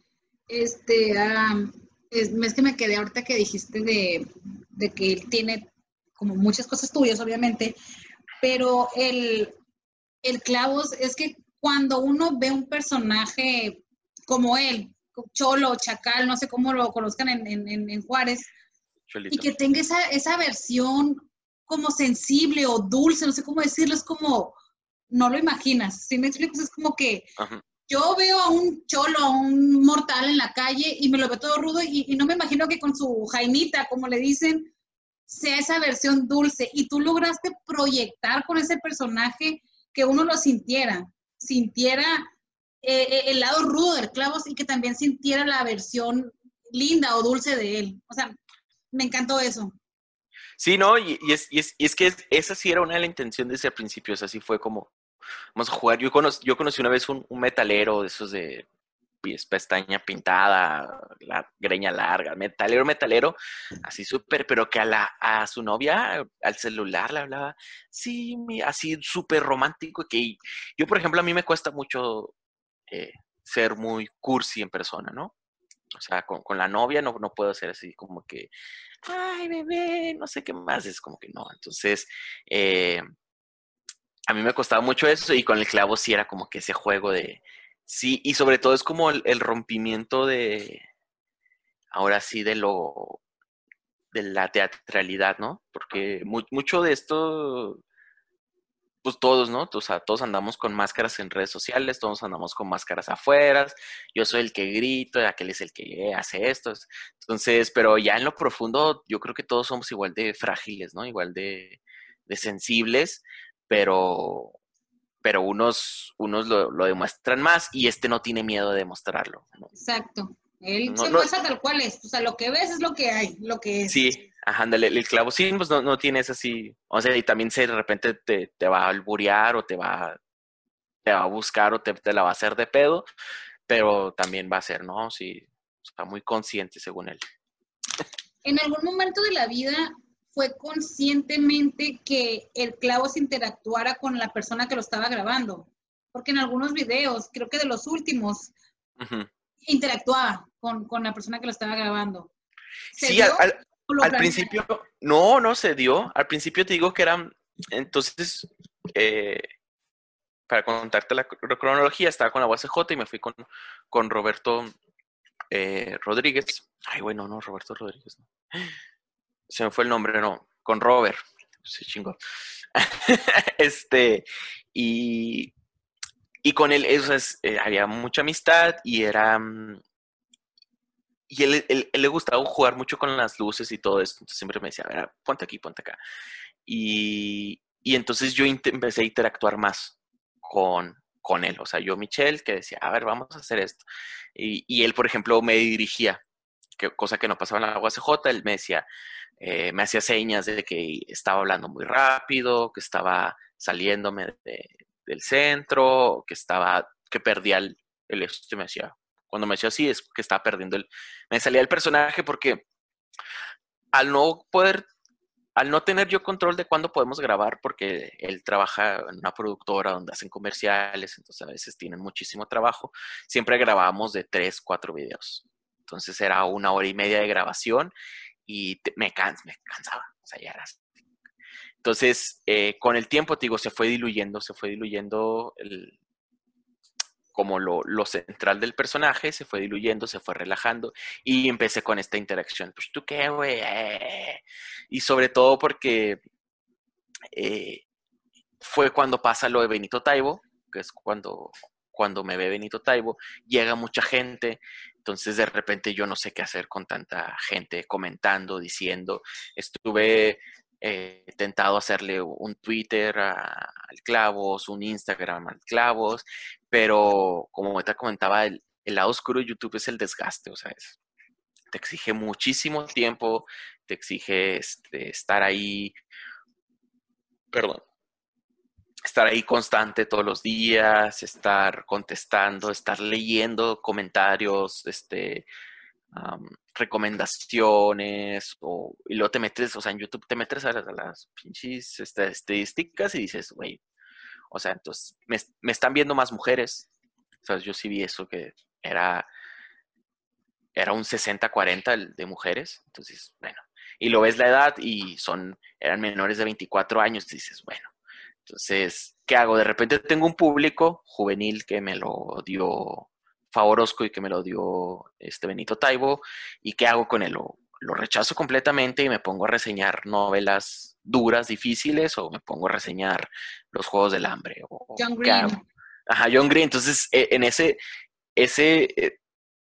Este, ah, es, es que me quedé ahorita que dijiste de, de que él tiene como muchas cosas tuyas, obviamente, pero el, el clavos es que cuando uno ve un personaje como él, Cholo, Chacal, no sé cómo lo conozcan en, en, en Juárez, y Cholito. que tenga esa, esa versión como sensible o dulce, no sé cómo decirlo, es como, no lo imaginas, ¿sí me explico? Es como que Ajá. yo veo a un cholo, a un mortal en la calle y me lo veo todo rudo y, y no me imagino que con su jainita, como le dicen, sea esa versión dulce. Y tú lograste proyectar con ese personaje que uno lo sintiera, sintiera eh, eh, el lado rudo del clavos y que también sintiera la versión linda o dulce de él. O sea, me encantó eso. Sí, no, y, y es, y, es, y es que es, esa sí era una de las intenciones desde el principio, o sea, así fue como, vamos a jugar. Yo, cono, yo conocí una vez un, un metalero de esos de pies, pestaña pintada, la greña larga, metalero, metalero, así súper, pero que a, la, a su novia, al celular le hablaba, sí, mi, así súper romántico, que yo, por ejemplo, a mí me cuesta mucho eh, ser muy cursi en persona, ¿no? O sea, con, con la novia no, no puedo ser así como que, ay, bebé, no sé qué más, es como que no. Entonces, eh, a mí me costaba mucho eso y con el clavo sí era como que ese juego de, sí, y sobre todo es como el, el rompimiento de, ahora sí, de lo, de la teatralidad, ¿no? Porque mu mucho de esto, pues todos, ¿no? O sea, todos andamos con máscaras en redes sociales, todos andamos con máscaras afuera. Yo soy el que grito, aquel es el que hace esto. Entonces, pero ya en lo profundo, yo creo que todos somos igual de frágiles, ¿no? Igual de, de sensibles, pero, pero unos, unos lo, lo, demuestran más y este no tiene miedo de demostrarlo, ¿no? Exacto. Él No, se no, muestra tal cual es. O sea, lo que ves es lo que hay, lo que es. sí, ajá, ándale, el clavo sí, pues no, no tienes así, o sea, y también se de repente te, te va a alburear o te va, te va a buscar o te, te la va a hacer de pedo, pero también va a ser, ¿no? Sí, está muy consciente según él. En algún momento de la vida fue conscientemente que el clavo se interactuara con la persona que lo estaba grabando, porque en algunos videos, creo que de los últimos, Uh-huh. interactuaba con, con la persona que lo estaba grabando. ¿Se Sí, dio al, al, o lo al planearon? principio, no, no se dio. Al principio te digo que eran, entonces, eh, para contarte la cronología, estaba con la U A C J y me fui con, con Roberto eh, Rodríguez. Ay, bueno, no, Roberto Rodríguez, no. Se me fue el nombre, no, con Robert. Se chingó. este, y, y con él, eso es, eh, había mucha amistad y era, mm, y él, él, él, le gustaba jugar mucho con las luces y todo esto. Entonces siempre me decía, a ver, ponte aquí, ponte acá. Y, y entonces yo empecé a interactuar más con, con él. O sea, yo, Michelle, que decía, a ver, vamos a hacer esto. Y, y él, por ejemplo, me dirigía, que, cosa que no pasaba en la U A C J. Él me decía, eh, me hacía señas de que estaba hablando muy rápido, que estaba saliéndome de, del centro, que estaba, que perdía el, el esto, me decía, cuando me decía así es que estaba perdiendo el, me salía el personaje porque al no poder, al no tener yo control de cuándo podemos grabar, porque él trabaja en una productora donde hacen comerciales, entonces a veces tienen muchísimo trabajo, siempre grabábamos de tres, cuatro videos. Entonces era una hora y media de grabación y te, me, cans, me cansaba, o sea, ya era así. Entonces, eh, con el tiempo, te digo, se fue diluyendo, se fue diluyendo el, como lo, lo central del personaje, se fue diluyendo, se fue relajando y empecé con esta interacción. Pues, ¿tú qué, güey? Eh. Y sobre todo porque eh, fue cuando pasa lo de Benito Taibo, que es cuando, cuando me ve Benito Taibo, llega mucha gente, entonces de repente yo no sé qué hacer con tanta gente comentando, diciendo, estuve eh, tentado a hacerle un Twitter a, al Clavos, un Instagram al Clavos, pero como te comentaba, el, el lado oscuro de YouTube es el desgaste, o sea, es, te exige muchísimo tiempo, te exige este, estar ahí, perdón, estar ahí constante todos los días, estar contestando, estar leyendo comentarios, este, um, recomendaciones, o, y luego te metes, o sea, en YouTube te metes a las, a las pinches este, estadísticas y dices, güey, o sea, entonces me, me están viendo más mujeres. O sea, yo sí vi eso que era, era un sesenta cuarenta de mujeres, entonces, bueno, y lo ves la edad y son, eran menores de veinticuatro años, y dices, bueno, entonces, ¿qué hago? De repente tengo un público juvenil que me lo dio Favorosco y que me lo dio este Benito Taibo, ¿y qué hago con él? Lo, lo rechazo completamente y me pongo a reseñar novelas duras, difíciles, o me pongo a reseñar Los Juegos del Hambre, o John ¿qué Green. hago? Ajá, John Green. Entonces, en ese, ese,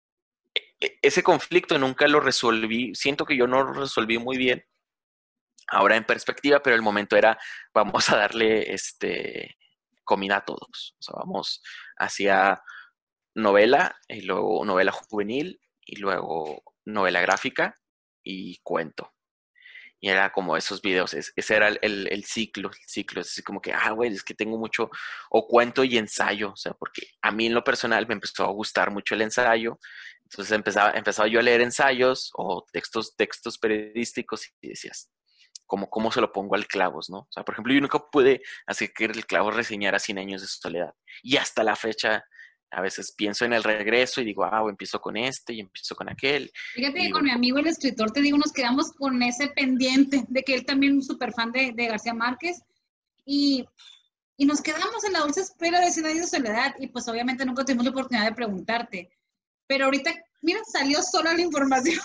ese conflicto nunca lo resolví, siento que yo no lo resolví muy bien ahora en perspectiva, pero el momento era, vamos a darle este, comida a todos. O sea, vamos hacia novela, y luego novela juvenil, y luego novela gráfica y cuento. Y era como esos videos, es, ese era el, el, el, ciclo, el ciclo, es así como que, ah, güey, es que tengo mucho, o cuento y ensayo, o sea, porque a mí en lo personal me empezó a gustar mucho el ensayo, entonces empezaba, empezaba yo a leer ensayos o textos, textos periodísticos y decías, como cómo se lo pongo al Clavos, ¿no? O sea, por ejemplo, yo nunca pude hacer que el Clavos reseñara Cien años de soledad. Y hasta la fecha, a veces pienso en el regreso y digo, ah, empiezo con este y empiezo con aquel. Fíjate que digo, con mi amigo el escritor, te digo, nos quedamos con ese pendiente de que él también es súper fan de, de García Márquez y, y nos quedamos en la dulce espera de Cien años de soledad y pues obviamente nunca tuvimos la oportunidad de preguntarte. Pero ahorita, mira, salió sola la información.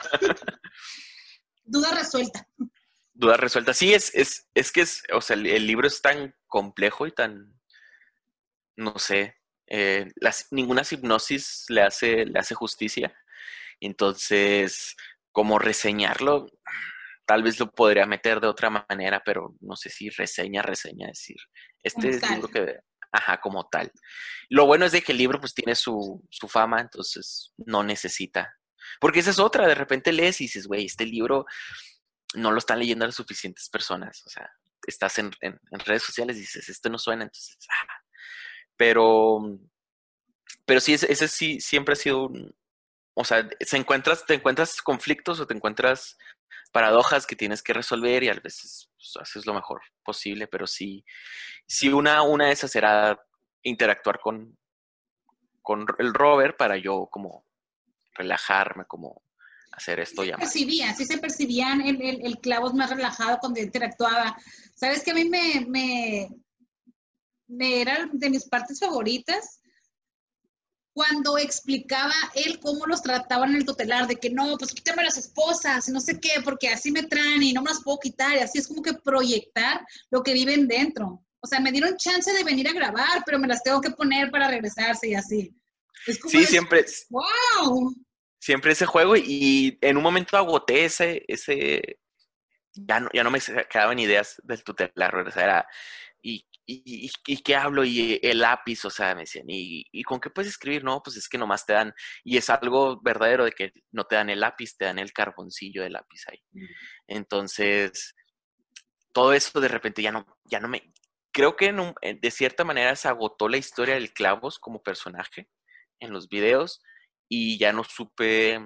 Duda resuelta. Duda resuelta. Sí, es, es, es que es, o sea, el, el libro es tan complejo y tan, no sé, eh, las, ninguna hipnosis le hace, le hace justicia. Entonces, como reseñarlo, tal vez lo podría meter de otra manera, pero no sé si reseña, reseña, decir, este Como es el tal. libro que, ajá, como tal. Lo bueno es de que el libro pues tiene su, su fama, entonces no necesita. Porque esa es otra, de repente lees y dices, güey, este libro no lo están leyendo las suficientes personas, o sea, estás en, en, en redes sociales y dices, esto no suena, entonces, ah. pero, pero sí, ese, ese sí siempre ha sido un, o sea, se encuentras, te encuentras conflictos o te encuentras paradojas que tienes que resolver y a veces pues, haces lo mejor posible, pero sí, sí una, una de esas era interactuar con, con el rover para yo como relajarme, como hacer esto Sí se ya más. percibía, sí se percibían el, el, el Clavos más relajado cuando interactuaba. ¿Sabes qué? A mí me, me, me era de mis partes favoritas cuando explicaba él cómo los trataban en el tutelar, de que no, pues quítame las esposas, y no sé qué, porque así me traen y no me las puedo quitar, y así es como que proyectar lo que viven dentro. O sea, me dieron chance de venir a grabar, pero me las tengo que poner para regresarse y así. Es como, Sí, es, siempre, wow. siempre ese juego y en un momento agoté ese, ese, ya no, ya no me quedaban ideas del tutelar, o sea, era, ¿y, y, y, y qué hablo? Y el lápiz, o sea, me decían, ¿y, ¿y con qué puedes escribir? No, pues es que nomás te dan, y es algo verdadero de que no te dan el lápiz, te dan el carboncillo del lápiz ahí. Entonces, todo eso de repente ya no, ya no me, creo que en un- en- de cierta manera se agotó la historia del Clavos como personaje en los videos y ya no supe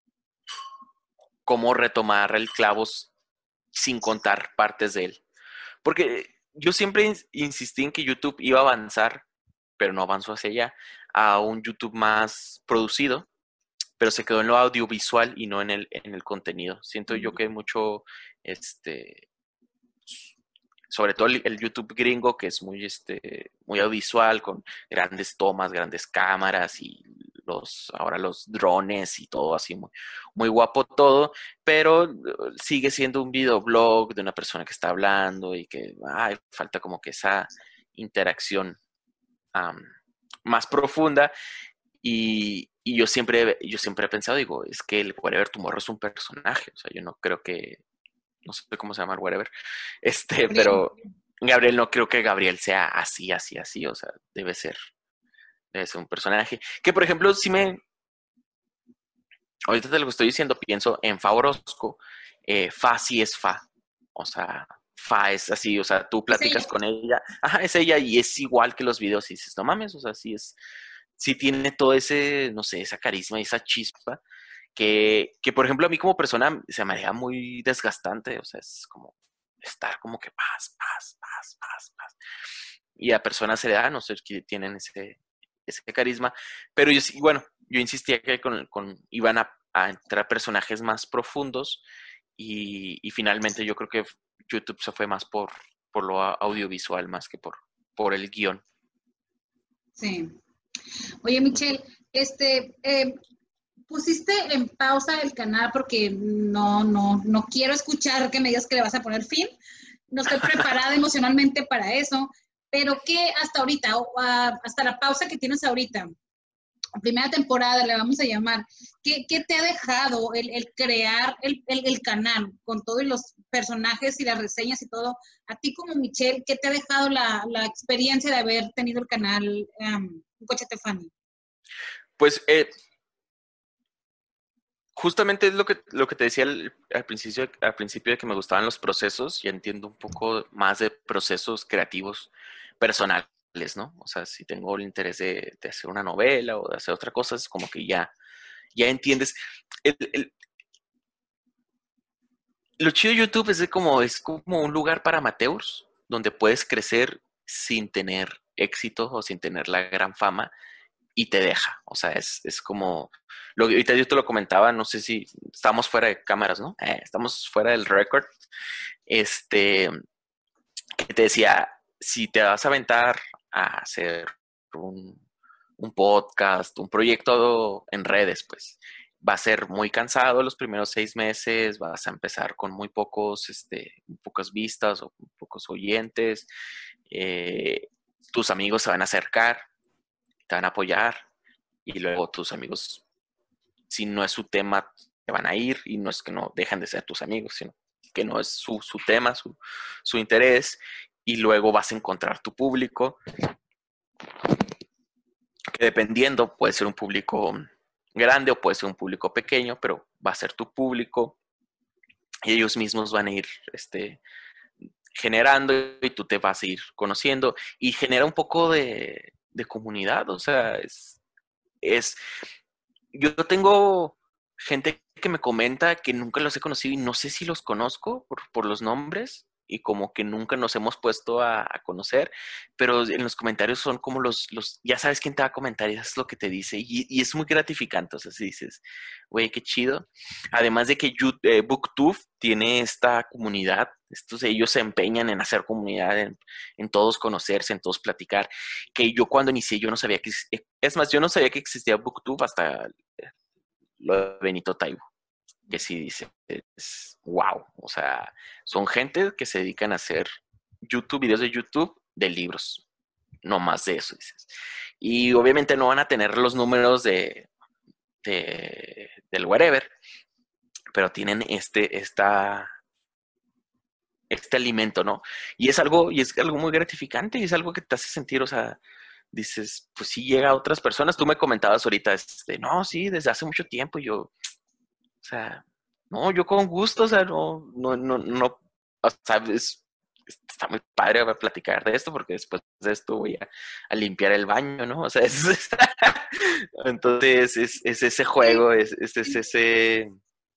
cómo retomar el Clavos sin contar partes de él. Porque yo siempre ins- insistí en que YouTube iba a avanzar, pero no avanzó hacia allá, a un YouTube más producido, pero se quedó en lo audiovisual y no en el, en el contenido. Siento yo que mucho, este, sobre todo el, el YouTube gringo, que es muy, este, muy audiovisual, con grandes tomas, grandes cámaras y los, ahora los drones y todo así, muy, muy guapo todo, pero eh, sigue siendo un videoblog de una persona que está hablando y que ay, falta como que esa interacción um, más profunda. Y, y, yo siempre yo siempre he pensado, digo, es que el Wherever Tomorrow es un personaje, o sea, yo no creo que, no sé cómo se llama el Wherever, este, Gabriel. pero Gabriel, no creo que Gabriel sea así, así, así, o sea, debe ser, debe ser un personaje. Que, por ejemplo, si me, ahorita te lo estoy diciendo, pienso en Fa Orozco, eh, Fa sí es Fa, o sea, Fa es así, o sea, tú Es platicas ella. con ella, ajá, es ella y es igual que los videos y dices, no mames, o sea, sí es, sí tiene todo ese, no sé, esa carisma y esa chispa que, que, por ejemplo, a mí como persona se me haría muy desgastante, o sea, es como estar como que paz, paz, paz, paz, paz. Y a personas se le da, no sé, que tienen ese, ese carisma, pero yo sí, bueno, yo insistía que con, con iban a, a entrar personajes más profundos y, y finalmente yo creo que YouTube se fue más por, por lo audiovisual más que por, por el guión. Sí. Oye, Michelle, este, eh, pusiste en pausa el canal porque no, no, no quiero escuchar que me digas que le vas a poner fin. No estoy preparada emocionalmente para eso. Pero ¿qué hasta ahorita, o, uh, hasta la pausa que tienes ahorita, primera temporada le vamos a llamar, ¿qué, qué te ha dejado el, el crear el, el, el, canal con todos los personajes y las reseñas y todo? A ti como Michelle, ¿qué te ha dejado la, la experiencia de haber tenido el canal um, Cochete Funny? Pues eh, justamente es lo que, lo que te decía al, al, principio, al principio de que me gustaban los procesos, ya entiendo un poco más de procesos creativos personales, ¿no? O sea, si tengo el interés de, de hacer una novela o de hacer otra cosa, es como que ya, ya entiendes. El, el, lo chido de YouTube es, de como, es como un lugar para amateurs, donde puedes crecer sin tener éxito o sin tener la gran fama, y te deja. O sea, es, es como, lo, ahorita yo te lo comentaba, no sé si estamos fuera de cámaras, ¿no? Eh, estamos fuera del record. Este, que te decía, si te vas a aventar a hacer un, un podcast, un proyecto en redes, pues va a ser muy cansado los primeros seis meses, vas a empezar con muy pocos, este, pocas vistas o pocos oyentes, eh, tus amigos se van a acercar, te van a apoyar, y luego tus amigos, si no es su tema, te van a ir y no es que no dejan de ser tus amigos, sino que no es su, su tema, su, su interés, y luego vas a encontrar tu público, que dependiendo puede ser un público grande o puede ser un público pequeño, pero va a ser tu público y ellos mismos van a ir este, generando y tú te vas a ir conociendo y genera un poco de, de comunidad, o sea, es, es yo tengo gente que me comenta que nunca los he conocido y no sé si los conozco por, por los nombres y como que nunca nos hemos puesto a, a conocer, pero en los comentarios son como los, los, ya sabes quién te va a comentar y eso es lo que te dice y, y es muy gratificante, o sea, si dices, güey, qué chido. Además de que you, eh, BookTube tiene esta comunidad, estos, ellos se empeñan en hacer comunidad, en, en todos conocerse, en todos platicar, que yo cuando inicié yo no sabía que, es más, yo no sabía que existía BookTube hasta lo de Benito Taibo, que sí dice, es wow, o sea, son gente que se dedican a hacer YouTube, videos de YouTube de libros, no más de eso, dices. Y obviamente no van a tener los números de, de del wherever, pero tienen este, esta, este alimento, ¿no? Y es algo, y es algo muy gratificante y es algo que te hace sentir, o sea, dices, pues sí llega a otras personas. Tú me comentabas ahorita, este, no, sí, desde hace mucho tiempo, y yo, o sea, no, yo con gusto, o sea, no, no, no, no, o sea, es, está muy padre platicar de esto, porque después de esto voy a, a limpiar el baño, ¿no? O sea, es, entonces es, es ese juego, es, es, es ese...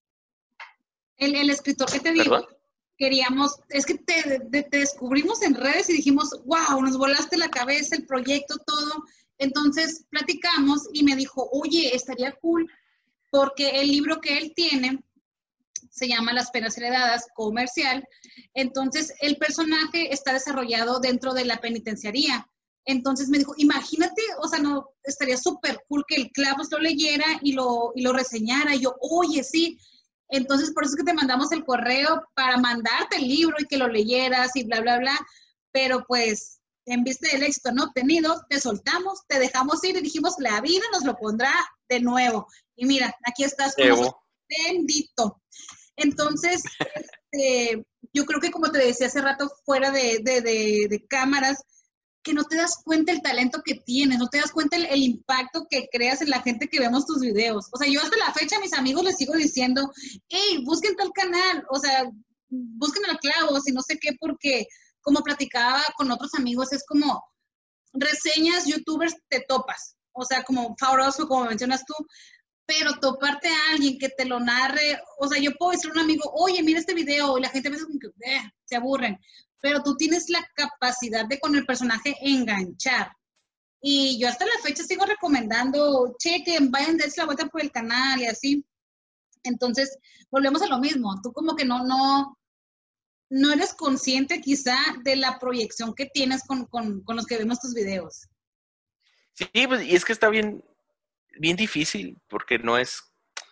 El, el escritor que te digo, ¿Perdón? queríamos, es que te, te, te descubrimos en redes y dijimos, wow, nos volaste la cabeza, el proyecto, todo. Entonces platicamos y me dijo, oye, estaría cool, porque el libro que él tiene se llama Las penas heredadas, comercial. Entonces, el personaje está desarrollado dentro de la penitenciaría. Entonces me dijo, imagínate, o sea, no, estaría súper cool que el Clavos lo leyera y lo, y lo reseñara. Y yo, oye, sí. Entonces, por eso es que te mandamos el correo para mandarte el libro y que lo leyeras y bla, bla, bla. Pero pues, en vista del éxito no obtenido, te soltamos, te dejamos ir y dijimos, la vida nos lo pondrá de nuevo. Y mira, aquí estás con nosotros. Bendito. Entonces, este, yo creo que como te decía hace rato fuera de, de, de, de cámaras, que no te das cuenta el talento que tienes, no te das cuenta el, el impacto que creas en la gente que vemos tus videos. O sea, yo hasta la fecha a mis amigos les sigo diciendo, hey, busquen tal canal, o sea, busquen al Clavos y no sé qué, porque como platicaba con otros amigos, es como reseñas, youtubers, te topas. O sea, como Fauroso, como mencionas tú, pero toparte a alguien que te lo narre, o sea, yo puedo decir a un amigo, oye, mira este video, y la gente a veces como que, eh, se aburren, pero tú tienes la capacidad de con el personaje enganchar. Y yo hasta la fecha sigo recomendando, chequen, vayan, dense la vuelta por el canal y así. Entonces, volvemos a lo mismo, tú como que no, no, no eres consciente quizá de la proyección que tienes con, con, con los que vemos tus videos. Sí, pues, y es que está bien, bien difícil, porque no es,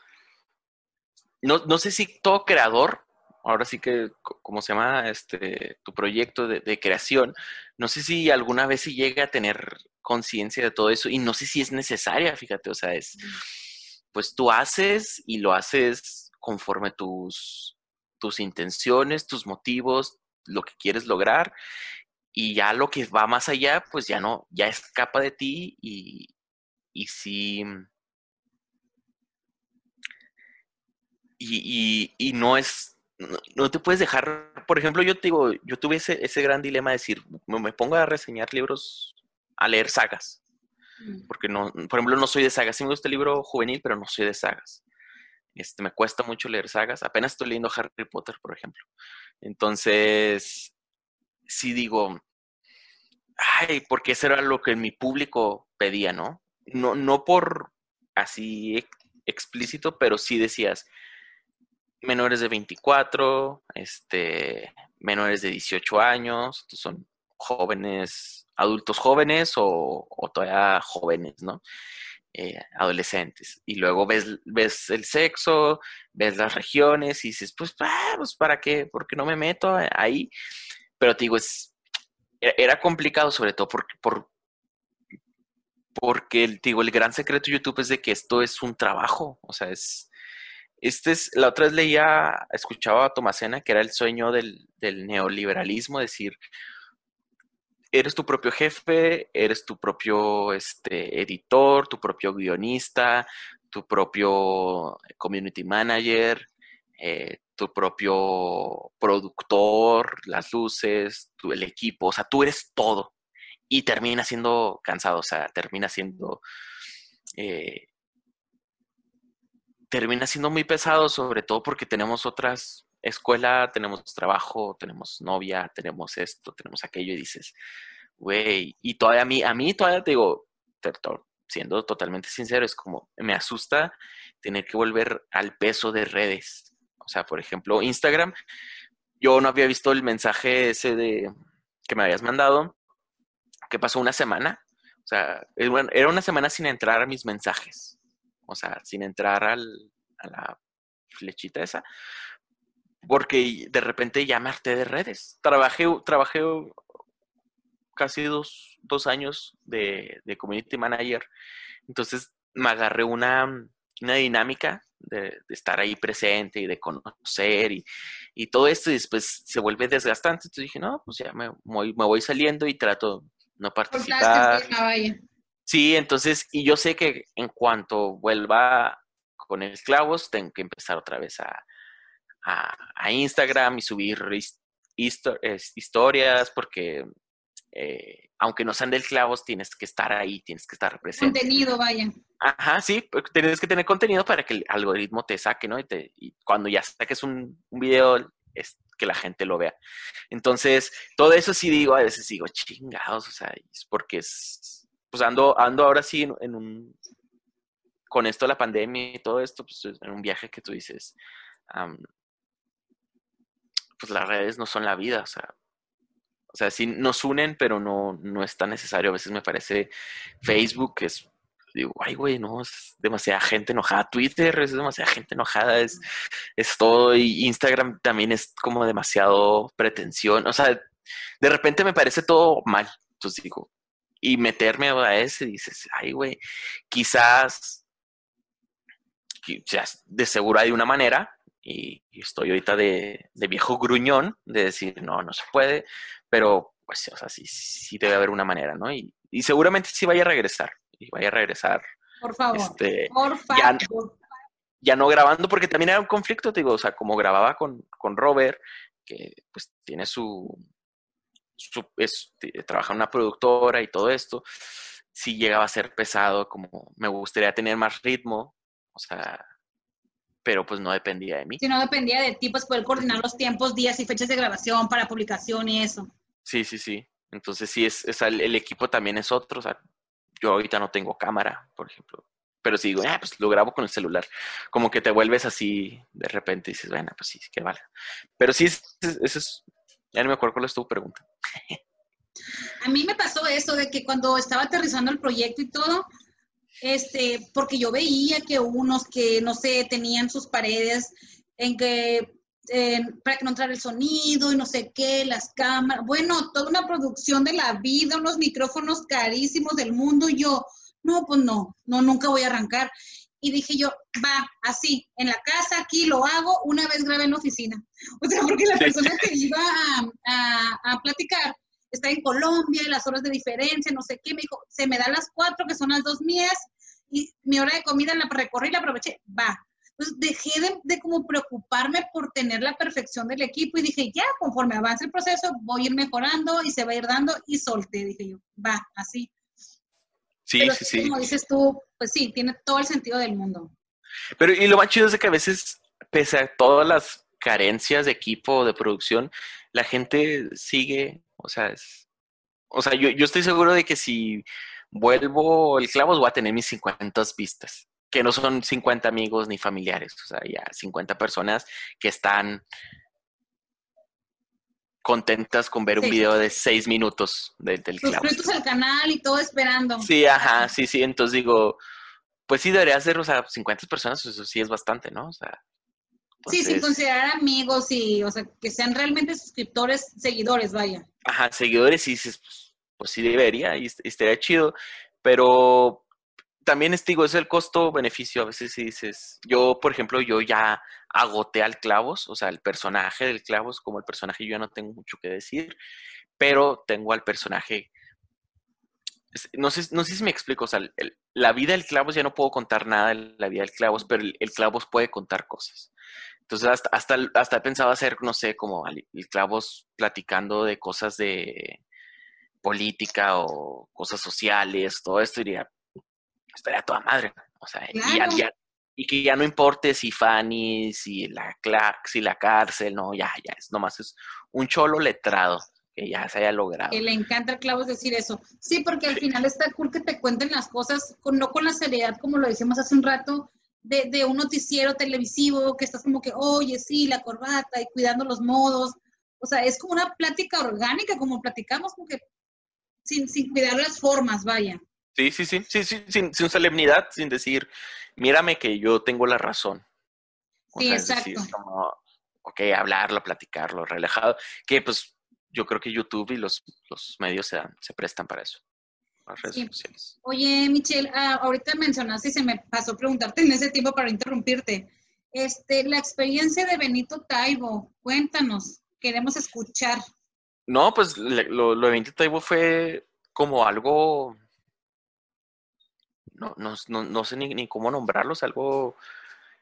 no, no sé si todo creador, ahora sí que, como se llama este tu proyecto de, de creación, no sé si alguna vez se llega a tener conciencia de todo eso, y no sé si es necesaria, fíjate, o sea, es, pues tú haces y lo haces conforme tus, tus intenciones, tus motivos, lo que quieres lograr, y ya lo que va más allá, pues ya no, ya escapa de ti, y, y sí... Y, y, y no es, no, no, te puedes dejar, por ejemplo, yo te digo, yo tuve ese, ese gran dilema de decir, me, me pongo a reseñar libros, a leer sagas, porque no, por ejemplo, no soy de sagas, sí me gusta el libro juvenil, pero no soy de sagas. Este, me cuesta mucho leer sagas, apenas estoy leyendo Harry Potter, por ejemplo. Entonces, sí digo, ay, porque eso era lo que mi público pedía, ¿no? No, no por así explícito, pero sí decías, menores de veinticuatro, este, menores de dieciocho años, son jóvenes, adultos jóvenes o, o todavía jóvenes, ¿no? Eh, adolescentes. Y luego ves, ves el sexo, ves las regiones y dices, pues, ah, pues ¿para qué? ¿Por qué no me meto ahí? Pero te digo, es, era complicado sobre todo porque, por, porque te digo, el gran secreto de YouTube es de que esto es un trabajo, o sea, es Este es, la otra vez leía, escuchaba a Tomasena, que era el sueño del, del neoliberalismo, decir, eres tu propio jefe, eres tu propio este, editor, tu propio guionista, tu propio community manager, eh, tu propio productor, las luces, tu, el equipo, o sea, tú eres todo. Y termina siendo cansado, o sea, termina siendo... Eh, termina siendo muy pesado, sobre todo porque tenemos otras escuela, tenemos trabajo, tenemos novia, tenemos esto, tenemos aquello, y dices, güey, y todavía a mí, a mí todavía te digo, siendo totalmente sincero, es como, me asusta tener que volver al peso de redes. O sea, por ejemplo, Instagram, yo no había visto el mensaje ese de que me habías mandado, que pasó una semana. O sea, era una semana sin entrar a mis mensajes. O sea, sin entrar al, a la flechita esa, porque de repente ya me harté de redes. Trabajé, trabajé casi dos, dos años de, de community manager, entonces me agarré una, una dinámica de, de, estar ahí presente y de conocer y, y todo esto, y después se vuelve desgastante. Entonces dije, no, pues ya me, me voy saliendo y trato no participar. Sí, entonces, y yo sé que en cuanto vuelva con el Clavos, tengo que empezar otra vez a, a, a Instagram y subir histo- es- historias, porque eh, aunque no sean del clavos, tienes que estar ahí, tienes que estar presente. Contenido, vaya. Ajá, sí, porque tienes que tener contenido para que el algoritmo te saque, ¿no? Y, te, y cuando ya saques un, un video, es que la gente lo vea. Entonces, todo eso sí digo, a veces digo, chingados, o sea, es porque es, pues ando, ando ahora sí en, en un, con esto de la pandemia y todo esto, pues en un viaje que tú dices, um, pues las redes no son la vida, o sea, o sea, sí nos unen, pero no, no es tan necesario. A veces me parece Facebook es, digo, ay, güey, no, es demasiada gente enojada. Twitter es demasiada gente enojada, es, es todo. Y Instagram también es como demasiado pretensión. O sea, de repente me parece todo mal. Entonces digo, y meterme a ese, dices, ay, güey, quizás, quizás de seguro hay una manera. Y, y estoy ahorita de, de viejo gruñón de decir, no, no se puede, pero pues, o sea, sí, sí debe haber una manera, ¿no? Y, y seguramente sí vaya a regresar, y vaya a regresar, Por favor, este, por ya, favor. ya no grabando, porque también era un conflicto, te digo, o sea, como grababa con, con Robert, que pues tiene su, su es, trabaja en una productora y todo esto, sí llegaba a ser pesado, como me gustaría tener más ritmo, o sea, pero pues no dependía de mí. Si no dependía de ti, pues poder coordinar los tiempos, días y fechas de grabación para publicación y eso. Sí, sí, sí. Entonces sí, es, es el, el equipo también es otro. O sea, yo ahorita no tengo cámara, por ejemplo. Pero si digo, ah, pues lo grabo con el celular. Como que te vuelves así de repente y dices, bueno, pues sí, que vale. Pero sí, eso es, es, es, ya no me acuerdo cuál es tu pregunta. A mí me pasó eso de que cuando estaba aterrizando el proyecto y todo, este, porque yo veía que unos que, no sé, tenían sus paredes en que, eh, para que no entrara el sonido y no sé qué, las cámaras, bueno, toda una producción de la vida, unos micrófonos carísimos del mundo, y yo, no, pues no, no, nunca voy a arrancar. Y dije yo, va, así, en la casa, aquí lo hago, una vez grabé en la oficina. O sea, porque la Sí. persona que iba a, a, a platicar está en Colombia, las horas de diferencia, no sé qué, me dijo, se me dan las cuatro, que son las dos mías, y mi hora de comida la recorrí y la aproveché, va. Entonces dejé de, de como preocuparme por tener la perfección del equipo y dije, ya, conforme avance el proceso, voy a ir mejorando y se va a ir dando y solté, dije yo, va, así. Sí, Pero sí, sí, sí. como dices tú, pues sí, tiene todo el sentido del mundo. Pero y lo más chido es de que a veces, pese a todas las carencias de equipo, de producción, la gente sigue, o sea, es, o sea, yo, yo estoy seguro de que si vuelvo el clavos voy a tener mis cincuenta vistas, que no son cincuenta amigos ni familiares, o sea, ya cincuenta personas que están contentas con ver un Sí. video de seis minutos de, del clavos. Suscritos al canal y todo esperando. Sí, ajá, sí, sí, entonces digo, pues sí debería ser, o sea, cincuenta personas, eso sí es bastante, ¿no? O sea, Sí, sin entonces, considerar amigos y, o sea, que sean realmente suscriptores, seguidores, vaya. ajá, seguidores, y dices, pues, pues sí debería, y, est- estaría chido, pero también es, digo, es el costo-beneficio. A veces si dices, yo, por ejemplo, yo ya agoté al Clavos, o sea, el personaje del Clavos, como el personaje yo ya no tengo mucho que decir, pero tengo al personaje, es- no sé, no sé si me explico, o sea, el- el- la vida del Clavos ya no puedo contar nada de la vida del Clavos, pero el, el Clavos puede contar cosas. Entonces, hasta, hasta, hasta he pensado hacer, no sé, como al- el Clavos platicando de cosas de política o cosas sociales, todo esto, iría, estaría toda madre. O sea, y, ya, Claro, ya- y que ya no importe si Fanny, si la, cla- si la cárcel, no, ya, ya, es nomás es un cholo letrado que ya se haya que logrado. le encanta a Clavos decir eso. Sí, porque al Sí, final está cool que te cuenten las cosas, con, no con la seriedad, como lo decíamos hace un rato, de, de un noticiero televisivo, que estás como que, oye, sí, la corbata y cuidando los modos. O sea, es como una plática orgánica, como platicamos, como que sin, sin cuidar las formas, vaya. sí, sí, sí, sí, sí, sin, sin solemnidad, sin decir, mírame que yo tengo la razón. O Sí, sea, es exacto. decir, como, ok, hablarlo, platicarlo, relajado, que pues yo creo que YouTube y los, los medios se, dan- se prestan para eso, las redes Sí. sociales. Oye, Michelle, ah, ahorita mencionaste y se me pasó preguntarte en ese tiempo para interrumpirte. Este, la experiencia de Benito Taibo, cuéntanos, queremos escuchar. No, pues le- lo, lo de veinte Taibo fue como algo, no, no, no, no sé ni, ni cómo nombrarlos, algo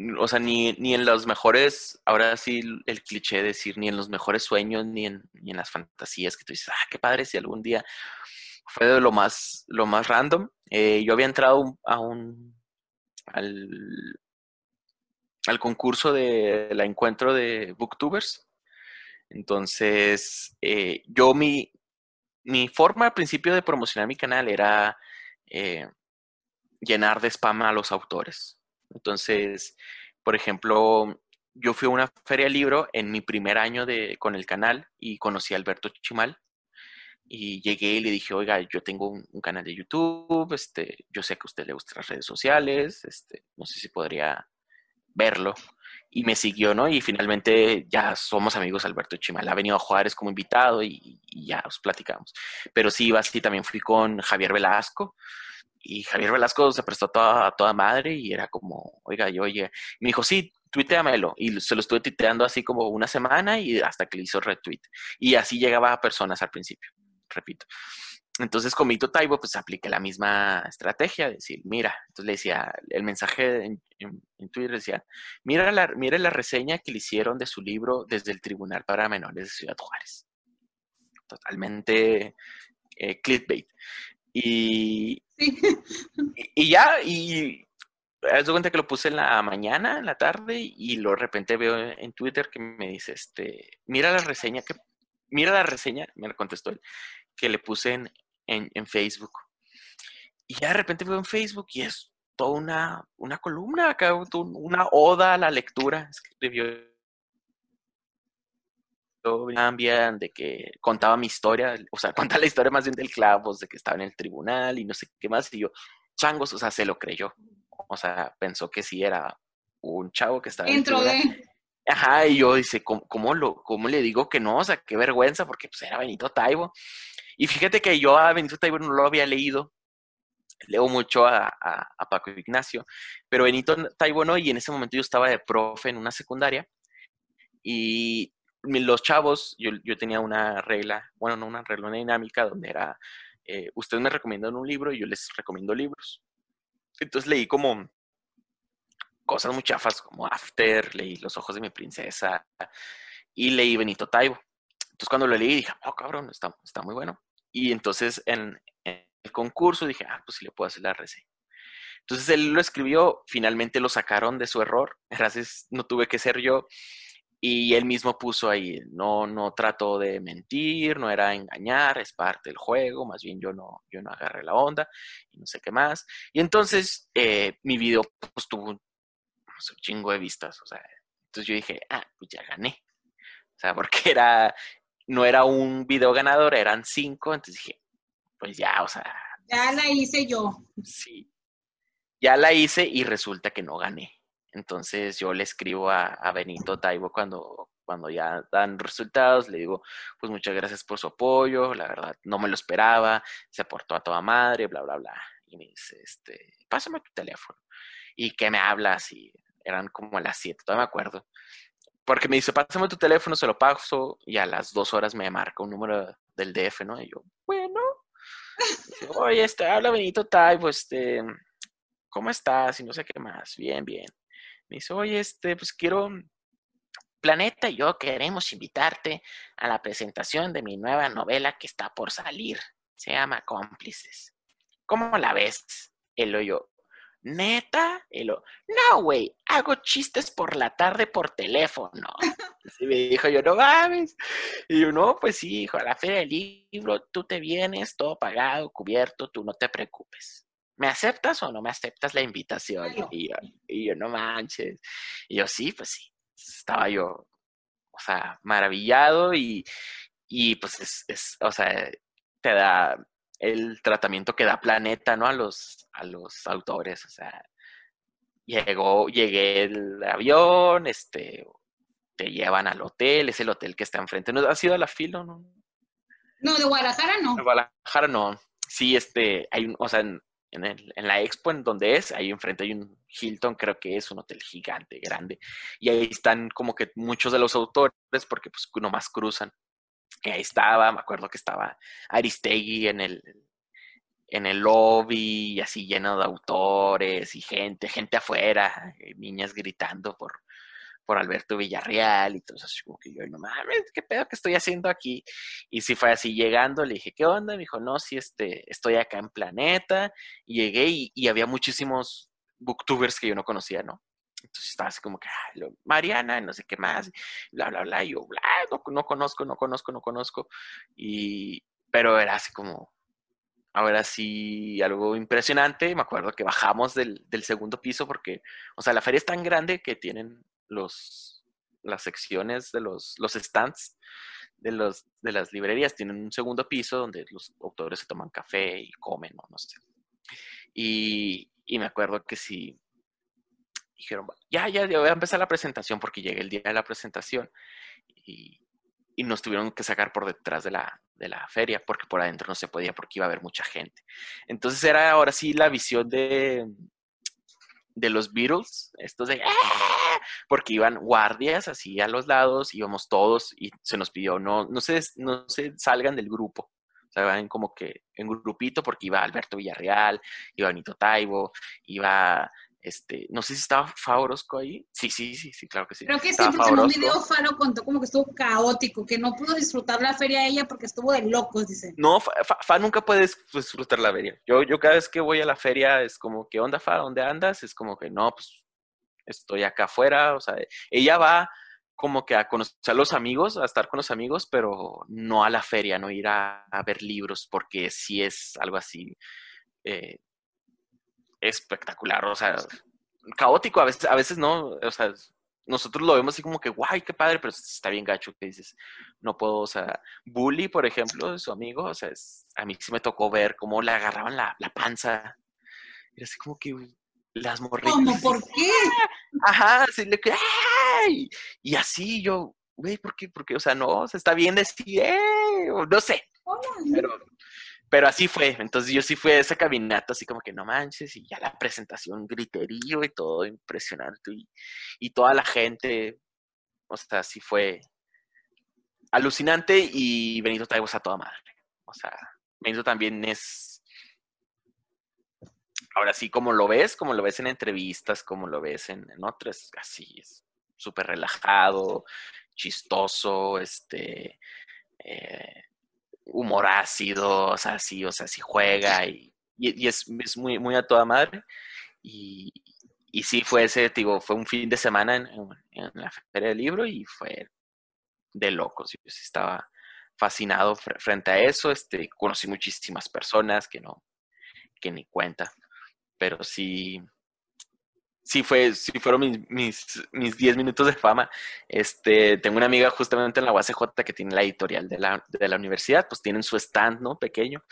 o sea, ni, ni en los mejores, ahora sí el cliché de decir, ni en los mejores sueños, ni en, ni en las fantasías que tú dices, ah, qué padre si algún día fue de lo más, lo más random. Eh, yo había entrado a un, al, al concurso de la encuentro de Booktubers. Entonces, eh, yo mi, mi forma al principio de promocionar mi canal era eh, llenar de spam a los autores. Entonces, por ejemplo, yo fui a una feria de libro en mi primer año de, con el canal y conocí a Alberto Chimal. Y llegué y le dije, oiga, yo tengo un, un canal de YouTube, este, yo sé que a usted le gustan las redes sociales, este, no sé si podría verlo. Y me siguió, ¿no? Y finalmente ya somos amigos. Alberto Chimal ha venido a Juárez como invitado y, y ya os platicamos. Pero sí, iba así, también fui con Javier Velasco. Y Javier Velasco se prestó a toda, a toda madre y era como, oiga, yo, oye, me dijo, sí, tuiteamelo. Y se lo estuve tuiteando así como una semana y hasta que le hizo retweet. Y así llegaba a personas al principio, repito. Entonces con Benito Taibo pues apliqué la misma estrategia, de decir, mira, entonces le decía, el mensaje en, en, en Twitter decía, mira la, mira la reseña que le hicieron de su libro desde el Tribunal para Menores de Ciudad Juárez. Totalmente eh, clickbait. Y, sí. y, y ya, y haz de cuenta que lo puse en la mañana, en la tarde, y luego de repente veo en Twitter que me dice, este, mira la reseña que, mira la reseña, me contestó él, que le puse en, en, en Facebook. Y ya de repente veo en Facebook y es toda una, una columna, acá, una oda a la lectura. Escribió cambian, de que contaba mi historia, o sea, contaba la historia más bien del Clavos, de que estaba en el tribunal y no sé qué más, y yo, changos, o sea, se lo creyó, o sea, pensó que sí era un chavo que estaba en el tribunal. De... Ajá, y yo dice, ¿cómo, cómo, lo, ¿cómo le digo que no? O sea, qué vergüenza, porque pues era Benito Taibo. Y fíjate que yo a Benito Taibo no lo había leído, leo mucho a, a, a Paco Ignacio, pero Benito Taibo no, y en ese momento yo estaba de profe en una secundaria, y los chavos, yo, yo tenía una regla, bueno, no una regla, una dinámica donde era, eh, ustedes me recomiendan un libro y yo les recomiendo libros. Entonces leí como cosas muy chafas, como After, leí Los ojos de mi princesa y leí Benito Taibo. Entonces cuando lo leí dije, oh cabrón, está, está muy bueno. Y entonces en, en el concurso dije, ah, pues sí le puedo hacer la reseña. Entonces él lo escribió, finalmente lo sacaron de su error, gracias, no tuve que ser yo. Y él mismo puso ahí, no, no trato de mentir, no era engañar, es parte del juego, más bien yo no, yo no agarré la onda y no sé qué más. Y entonces eh, mi video pues, tuvo un, un chingo de vistas, o sea, entonces yo dije, ah, pues ya gané. O sea, porque era, no era un video ganador, eran cinco, entonces dije, pues ya, o sea. Ya la hice yo. Sí, ya la hice y resulta que no gané. Entonces yo le escribo a, a Benito Taibo cuando, cuando ya dan resultados, le digo, pues muchas gracias por su apoyo, la verdad no me lo esperaba, se portó a toda madre, bla, bla, bla. Y me dice, este, pásame tu teléfono. ¿Y qué me hablas? Y eran como a las siete, todavía me acuerdo. Porque me dice, pásame tu teléfono, se lo paso, y a las dos horas me marca un número del D F, ¿no? Y yo, bueno. Dice, oye, este, habla Benito Taibo, este, ¿cómo estás? Y no sé qué más. Bien, bien. Me dice, oye, este, pues quiero, Planeta y yo queremos invitarte a la presentación de mi nueva novela que está por salir. Se llama Cómplices. ¿Cómo la ves? El yo, ¿neta? El no, güey, hago chistes por la tarde por teléfono. Y me dijo yo, no mames. Y yo, no, pues sí, hijo, a la feria del libro, tú te vienes, todo pagado, cubierto, tú no te preocupes. ¿Me aceptas o no me aceptas la invitación? Y yo, y yo, no manches. Y yo, sí, pues sí. Estaba yo, o sea, maravillado y, y pues es, es, o sea, te da el tratamiento que da Planeta, ¿no? A los, a los autores, o sea, llegó, llegué el avión, este, te llevan al hotel, es el hotel que está enfrente. ¿No has ido a la fila, no? No, de Guadalajara no. De Guadalajara no. Sí, este, hay un, o sea, en, en, el, en la expo en donde es, ahí enfrente hay un Hilton, creo que es un hotel gigante, grande, y ahí están como que muchos de los autores, porque pues nomás cruzan. Y ahí estaba, me acuerdo que estaba Aristegui en el, en el lobby, y así lleno de autores y gente, gente afuera, eh, niñas gritando por, por Alberto Villarreal y todo eso, así como que yo, no mames, ¿qué pedo que estoy haciendo aquí? Y sí fue así, llegando, le dije, ¿qué onda? Me dijo, no, sí, este, estoy acá en Planeta, y llegué y, y había muchísimos booktubers que yo no conocía, ¿no? Entonces estaba así como que, "Ay, lo- Mariana, no sé qué más, bla, bla, bla", y yo, bla, no, no conozco, no conozco, no conozco, y, pero era así como, ahora sí, algo impresionante. Me acuerdo que bajamos del, del segundo piso porque, o sea, la feria es tan grande que tienen los, las secciones de los, los stands de, los, de las librerías. Tienen un segundo piso donde los autores se toman café y comen, o no sé. Y, y me acuerdo que sí, dijeron, ya, ya, ya voy a empezar la presentación porque llegué el día de la presentación. Y, y nos tuvieron que sacar por detrás de la, de la feria porque por adentro no se podía porque iba a haber mucha gente. Entonces era ahora sí la visión de, de los Beatles, estos de ¡ah! Porque iban guardias así a los lados, íbamos todos y se nos pidió no, no, se, no se salgan del grupo. O sea, van como que en grupito porque iba Alberto Villarreal, iba Benito Taibo, iba este, no sé si estaba Fa Orozco ahí. Sí, sí, sí, sí, claro que sí. Creo que sí, Estaba Fa porque en un Orozco. video Faro contó como que estuvo caótico, que no pudo disfrutar la feria ella porque estuvo de locos, dice. No, Fa, Fa, Fa nunca puedes disfrutar la feria. Yo, yo cada vez que voy a la feria es como, ¿qué onda, Fa? ¿Dónde andas? Es como que, no, pues estoy acá afuera. O sea, ella va como que a conocer a los amigos, a estar con los amigos, pero no a la feria, no ir a, a ver libros, porque sí es algo así eh, espectacular. O sea, caótico, a veces, a veces no, o sea, nosotros lo vemos así como que, guay, qué padre, pero está bien gacho que dices, no puedo, o sea, Bully, por ejemplo, su amigo, o sea, es, a mí sí me tocó ver cómo le agarraban la, la panza, era así como que las morritas ¿Cómo? así, ¿Por qué? ajá, así le que, ¡ay! Y así yo, güey, ¿por qué? Porque, o sea, no, o sea, está bien decir, ¡eh! No sé, Hola. pero pero así fue, entonces yo sí fui a esa caminata así como que no manches, y ya la presentación, griterío y todo impresionante, y, y toda la gente, o sea, sí fue alucinante, y Benito Taibo a toda madre. O sea, Benito también es, ahora sí, como lo ves, como lo ves en entrevistas, como lo ves en, en otras, así es, súper relajado, chistoso, este, eh, humor ácido, o sea, sí, o sea, sí juega, y, y, y es, es muy, muy a toda madre. Y, y sí, fue ese, digo, fue un fin de semana en, en, en la Feria del Libro y fue de locos. Yo sí estaba fascinado fr frente a eso. Este, conocí muchísimas personas que no, que ni cuenta, pero sí, sí fue, sí fueron mis, mis, mis diez minutos de fama. Este, tengo una amiga justamente en la U A C J que tiene la editorial de la, de la universidad, pues tienen su stand, ¿no? Pequeño.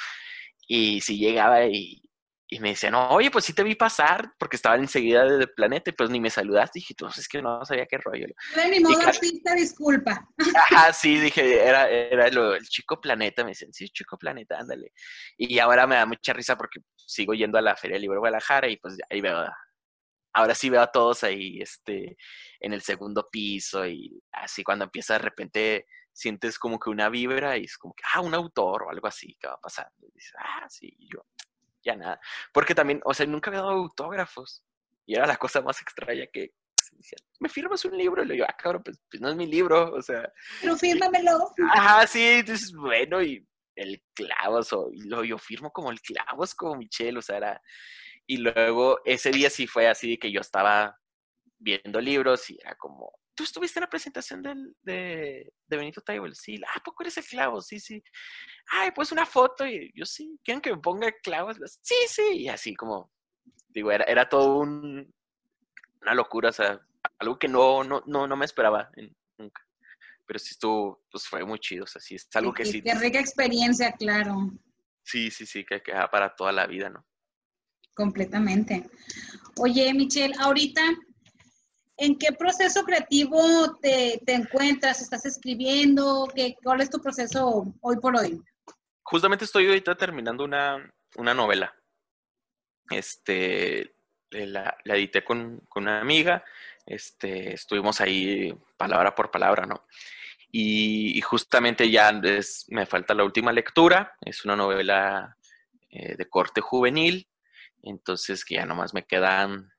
Y si llegaba y, y me decían, no, oye, pues sí te vi pasar, porque estaba enseguida de Planeta, y pues ni me saludaste. Y dije, pues es que no sabía qué rollo. De mi Y modo claro, artista, disculpa. ajá, sí, dije, era, era lo, el Chico Planeta. Me decían, sí, Chico Planeta, ándale. Y ahora me da mucha risa porque sigo yendo a la Feria del Libro de Guadalajara y pues ahí veo, ahora sí veo a todos ahí, este, en el segundo piso, y así cuando empieza de repente sientes como que una vibra y es como que, ah, un autor o algo así que va pasando. Y dices, ah, sí, y yo, ya nada. Porque también, o sea, nunca había dado autógrafos. Y era la cosa más extraña que pues, decían, ¿me firmas un libro? Y le digo, ah, cabrón, pues, pues no es mi libro, o sea. Pero Y, fírmamelo. ajá, sí, entonces, bueno, y el clavos, o, y lo, yo firmo como el clavos, como Michelle, o sea, era. Y luego ese día sí fue así que yo estaba viendo libros y era como, ¿tú estuviste en la presentación del, de, de Benito Taibo? Sí, ah, ¿poco eres el clavo? Sí, sí. Ay, pues una foto, y yo sí, ¿quieren que me ponga clavos? Sí, sí, y así como, digo, era, era todo un, una locura, o sea, algo que no, no, no, no me esperaba en, nunca. Pero sí estuvo, pues fue muy chido, o sea, sí, es algo Qué, que qué, sí, qué rica experiencia, claro, sí, sí, sí, que queda para toda la vida, ¿no? completamente. Oye, Michelle, ahorita, ¿en qué proceso creativo te, te encuentras? ¿Estás escribiendo? ¿Qué, ¿Cuál es tu proceso hoy por hoy? Justamente estoy ahorita terminando una, una novela. Este, la, la edité con, con, una amiga, este, estuvimos ahí palabra por palabra, ¿no? Y, y justamente ya es, me falta la última lectura, es una novela eh, de corte juvenil, entonces que ya nomás me quedan,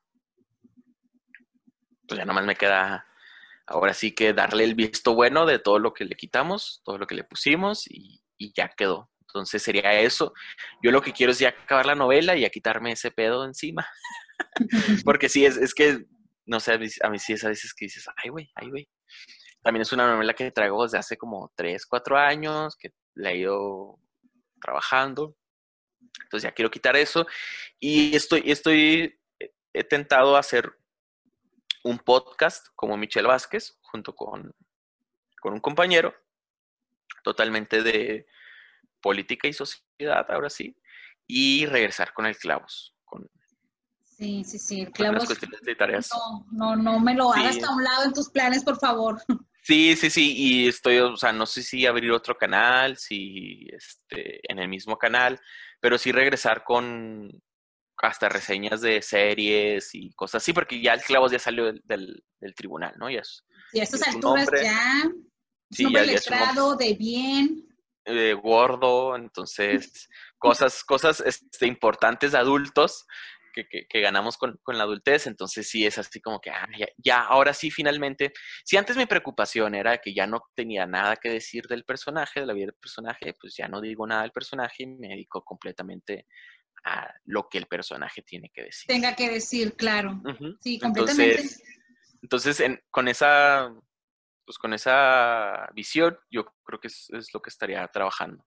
pues ya nomás me queda ahora sí que darle el visto bueno de todo lo que le quitamos, todo lo que le pusimos y, y ya quedó. Entonces sería eso. Yo lo que quiero es ya acabar la novela y ya quitarme ese pedo encima. Porque sí, es, es que, no sé, a mí, a mí sí es a veces que dices, ay, güey, ay, güey. También es una novela que traigo desde hace como tres, cuatro años, que la he ido trabajando. Entonces ya quiero quitar eso. Y estoy, estoy, he tentado hacer un podcast como Michelle Vázquez, junto con, con un compañero, totalmente de política y sociedad, ahora sí, y regresar con el Clavos, con Sí, sí, sí, el algunas clavos. cuestiones de tareas. No, no, no me lo hagas Sí, a un lado en tus planes, por favor. sí, sí, sí, y estoy, o sea, no sé si abrir otro canal, si este, en el mismo canal, pero sí regresar con hasta reseñas de series y cosas así, porque ya el Clavos ya salió del, del, del tribunal, ¿no? Ya es, Y a ya estas es un alturas hombre, ya es un sí, hombre ya, ya es un hombre letrado, de bien. eh, gordo, entonces cosas, cosas este, importantes de adultos que, que, que ganamos con, con, la adultez, entonces sí es así como que, ah, ya, ya, ahora sí finalmente, si antes mi preocupación era que ya no tenía nada que decir del personaje, de la vida del personaje, pues ya no digo nada del personaje y me dedico completamente a lo que el personaje tiene que decir. Tenga que decir, claro. Uh-huh. Sí, completamente. Entonces, entonces en, con esa pues con esa visión, yo creo que es, es lo que estaría trabajando.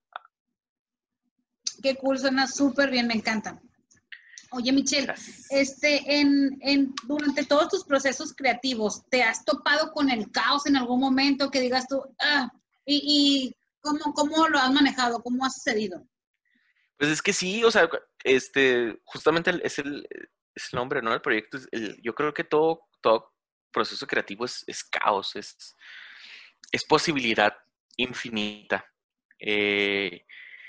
Qué cool, suena súper bien, me encanta. Oye, Michelle, Gracias. este, en, en, durante todos tus procesos creativos, ¿te has topado con el caos en algún momento que digas tú, ah, y, y cómo, cómo lo has manejado, cómo ha sucedido? Pues es que sí, o sea, este, justamente es el, es el nombre, ¿no? El proyecto, es el, yo creo que todo, todo proceso creativo es, es caos, es, es posibilidad infinita. Eh,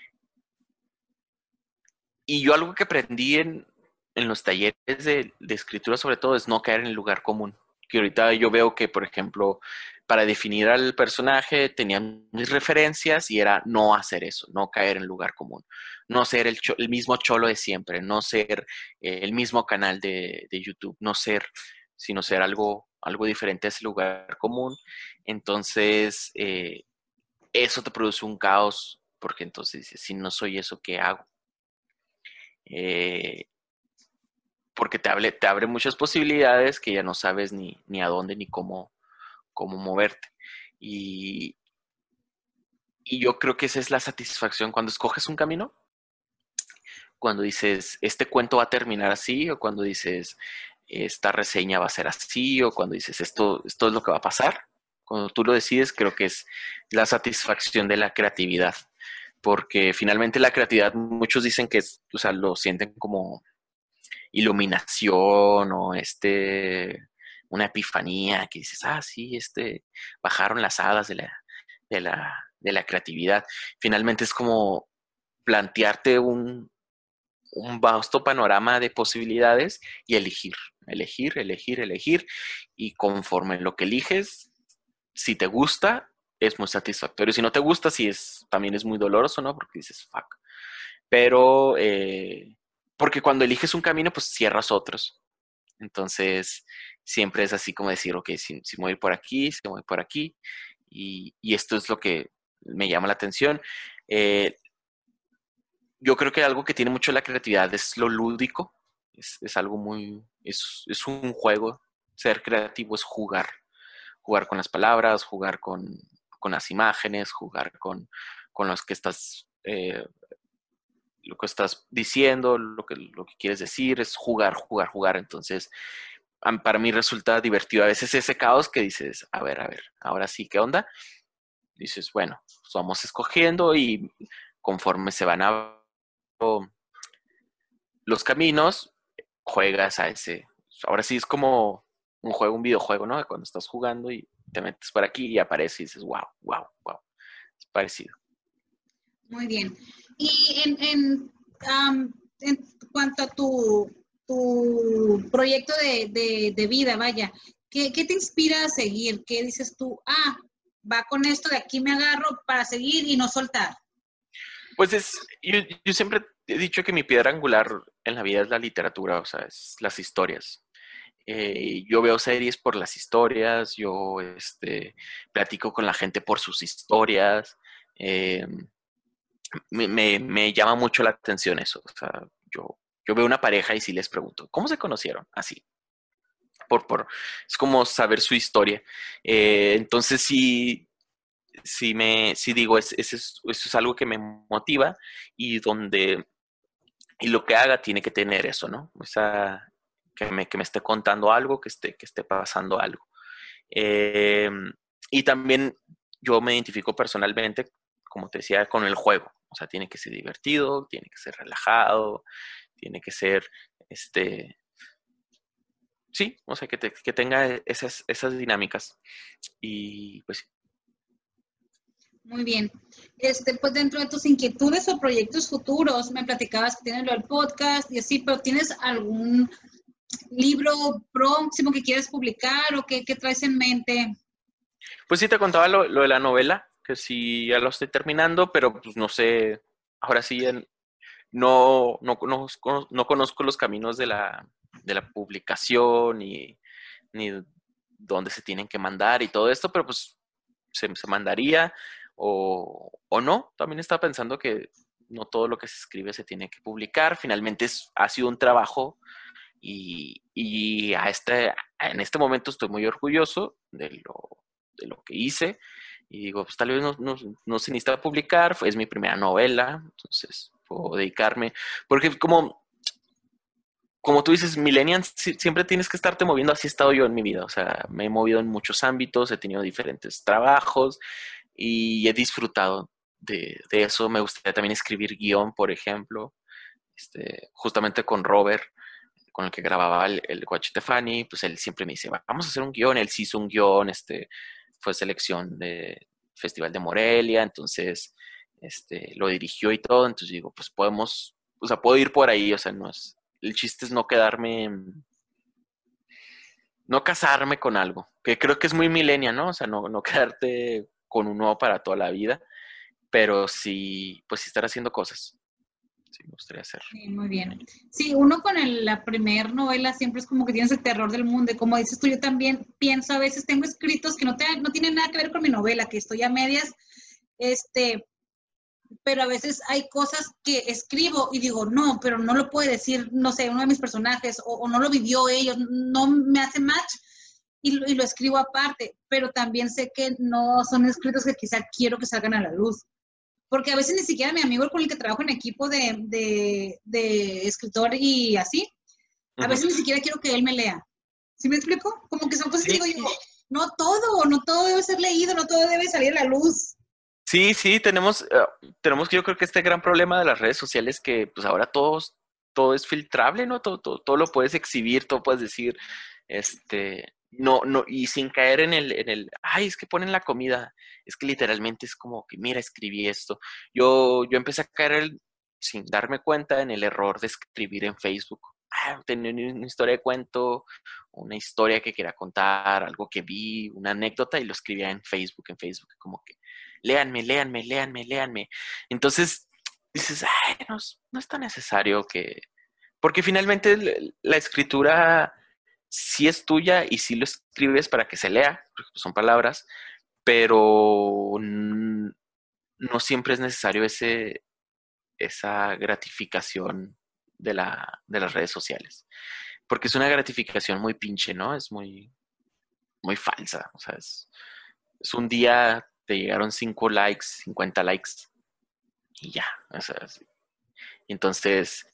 y yo algo que aprendí en, en los talleres de, de escritura, sobre todo, es no caer en el lugar común. Que ahorita yo veo que, por ejemplo, para definir al personaje tenía mis referencias y era no hacer eso, no caer en el lugar común, no ser el, cho- el mismo cholo de siempre, no ser eh, el mismo canal de, de YouTube, no ser, sino ser algo, algo diferente a ese lugar común. Entonces, eh, eso te produce un caos, porque entonces dices, si no soy eso, ¿qué hago? Eh, porque te abre, te abre muchas posibilidades que ya no sabes ni, ni a dónde ni cómo, cómo moverte. Y, y yo creo que esa es la satisfacción cuando escoges un camino, cuando dices, este cuento va a terminar así, o cuando dices, esta reseña va a ser así, o cuando dices, esto, esto es lo que va a pasar. Cuando tú lo decides, creo que es la satisfacción de la creatividad. Porque finalmente la creatividad, muchos dicen que es, o sea, lo sienten como iluminación o este, una epifanía, que dices, ah, sí, este, bajaron las hadas de la, de la, de la creatividad. Finalmente es como plantearte un, un vasto panorama de posibilidades y elegir, elegir, elegir, elegir. Y conforme lo que eliges, si te gusta, es muy satisfactorio. Si no te gusta, sí es, también es muy doloroso, ¿no? Porque dices, fuck. Pero, eh, porque cuando eliges un camino, pues cierras otros. Entonces, siempre es así como decir, ok, si, si me voy por aquí, si me voy por aquí. Y, y esto es lo que me llama la atención. Eh, yo creo que algo que tiene mucho la creatividad es lo lúdico. Es, es algo muy, es, es un juego. Ser creativo es jugar. Jugar con las palabras, jugar con, con las imágenes, jugar con, con los que estás, eh, lo que estás diciendo, lo que, lo que quieres decir, es jugar, jugar, jugar. Entonces, para mí resulta divertido a veces ese caos que dices, a ver, a ver, ahora sí, ¿qué onda? Dices, bueno, pues vamos escogiendo y conforme se van a los caminos, juegas a ese. Ahora sí es como un juego, un videojuego, ¿no? Cuando estás jugando y te metes por aquí y aparece y dices, wow, wow, wow. Es parecido. Muy bien. Y en, en, um, en cuanto a tu, tu proyecto de, de, de vida, vaya, ¿qué, ¿qué te inspira a seguir? ¿Qué dices tú? Ah, va con esto, de aquí me agarro para seguir y no soltar. Pues es, yo, yo siempre he dicho que mi piedra angular en la vida es la literatura, o sea, es las historias. Eh, yo veo series por las historias, yo este, platico con la gente por sus historias. eh, me, me, me llama mucho la atención eso. O sea, yo, yo veo una pareja y sí les pregunto, ¿cómo se conocieron? Así, por, por, es como saber su historia. Eh, entonces sí, sí me, sí digo, es, es, es, eso es algo que me motiva y donde, y lo que haga tiene que tener eso, ¿no? O sea, que me, que me esté contando algo, que esté, que esté pasando algo. Eh, y también yo me identifico personalmente, como te decía, con el juego. O sea, tiene que ser divertido, tiene que ser relajado, tiene que ser, este, sí, o sea, que, te, que tenga esas, esas dinámicas. Y pues Muy bien. Este, pues dentro de tus inquietudes o proyectos futuros, me platicabas que tienes lo del podcast y así, pero ¿tienes algún libro próximo que quieras publicar o qué, qué traes en mente? Pues sí, te contaba lo, lo de la novela, que sí ya lo estoy terminando, pero pues no sé, ahora sí en- no, no, conozco, no conozco los caminos de la, de la publicación ni, ni dónde se tienen que mandar y todo esto, pero pues se, se mandaría o, o no. También estaba pensando que no todo lo que se escribe se tiene que publicar. Finalmente es, ha sido un trabajo y, y a este, en este momento estoy muy orgulloso de lo, de lo que hice. Y digo, pues tal vez no, no, no se necesita publicar, es mi primera novela, entonces puedo dedicarme, porque como, como tú dices, millennials, si- siempre tienes que estarte moviendo, así he estado yo en mi vida, o sea, me he movido en muchos ámbitos, he tenido diferentes trabajos y he disfrutado de, de eso. Me gustaría también escribir guión, por ejemplo, este, justamente con Robert, con el que grababa el, el Guachete Fanny, pues él siempre me dice, vamos a hacer un guión, él sí hizo un guión, este, fue selección de Festival de Morelia, entonces este, lo dirigió y todo, entonces digo, pues podemos, o sea, puedo ir por ahí, o sea, no es, el chiste es no quedarme, no casarme con algo, que creo que es muy millennial, ¿no? O sea, no, no quedarte con uno para toda la vida, pero sí, pues sí estar haciendo cosas, sí me gustaría hacer. Sí, muy bien. Sí, uno con el- la primer novela siempre es como que tienes el terror del mundo. Y como dices tú, yo también pienso, a veces tengo escritos que no, te, no tienen nada que ver con mi novela, que estoy a medias, este, pero a veces hay cosas que escribo y digo, no, pero no lo puede decir, no sé, uno de mis personajes, o, o no lo vivió ellos, no me hace match y, lo- y lo escribo aparte, pero también sé que no son escritos que quizá quiero que salgan a la luz. Porque a veces ni siquiera mi amigo con el que trabajo en equipo de, de, de escritor y así, a Ujú. veces ni siquiera quiero que él me lea. ¿Sí me explico? Como que son cosas que Sí, digo yo, no todo, no todo debe ser leído, no todo debe salir a la luz. sí, sí, tenemos, uh, tenemos yo creo que este gran problema de las redes sociales que pues ahora todos, todo es filtrable, ¿no? Todo, todo, todo lo puedes exhibir, todo puedes decir, este, no, no, y sin caer en el, en el, ay, es que ponen la comida, es que literalmente es como que, mira, escribí esto. Yo, yo empecé a caer el- sin darme cuenta en el error de escribir en Facebook. Ah, tenía una historia de cuento, una historia que quería contar, algo que vi, una anécdota y lo escribía en Facebook, en Facebook, como que léanme, léanme, léanme, léanme. Entonces dices, ay, no, es- no es tan necesario que, porque finalmente el- la escritura sí es tuya y sí lo escribes para que se lea, porque son palabras, pero n- no siempre es necesario ese, esa gratificación de la, de las redes sociales, porque es una gratificación muy pinche, ¿no? Es muy, muy falsa, o sea, es, es un día te llegaron cinco likes, cincuenta likes y ya, o sea, sí. Entonces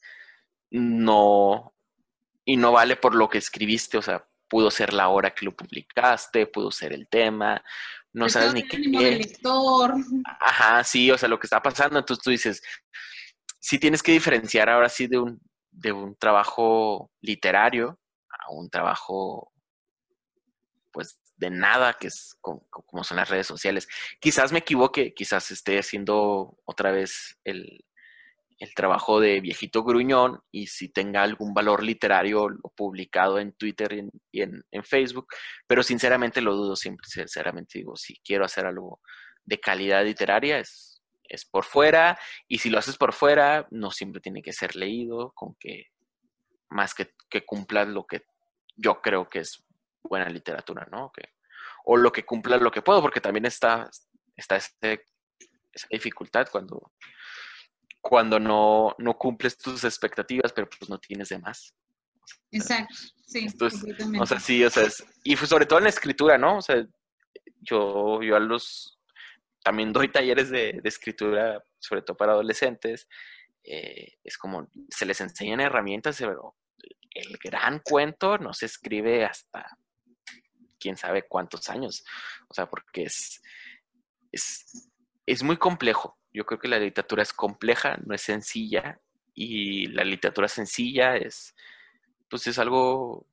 no, y no vale por lo que escribiste, o sea, pudo ser la hora que lo publicaste, pudo ser el tema, no El sabes estado ni de ánimo del qué, lector. ajá, sí, o sea, lo que está pasando, entonces tú dices, sí tienes que diferenciar ahora sí de un, de un trabajo literario a un trabajo, pues, de nada, que es como, como son las redes sociales. Quizás me equivoque, quizás esté haciendo otra vez el, el trabajo de viejito gruñón y si tenga algún valor literario publicado en Twitter y en, y en, en Facebook, pero sinceramente lo dudo siempre, sinceramente digo, si quiero hacer algo de calidad literaria es es por fuera, y si lo haces por fuera, no siempre tiene que ser leído, con que más que, que cumpla lo que yo creo que es buena literatura, ¿no? Que, o lo que cumpla lo que puedo, porque también está, está ese, esa dificultad cuando, cuando no, no cumples tus expectativas, pero pues no tienes de más. Exacto, sí, Esto es, o completamente. sea, sí, o sea, es, y pues sobre todo en la escritura, ¿no? O sea, yo, yo a los, también doy talleres de, de escritura, sobre todo para adolescentes, eh, es como, se les enseñan herramientas, pero el gran cuento no se escribe hasta quién sabe cuántos años, o sea, porque es, es, es muy complejo. Yo creo que la literatura es compleja, no es sencilla, y la literatura sencilla es, pues es algo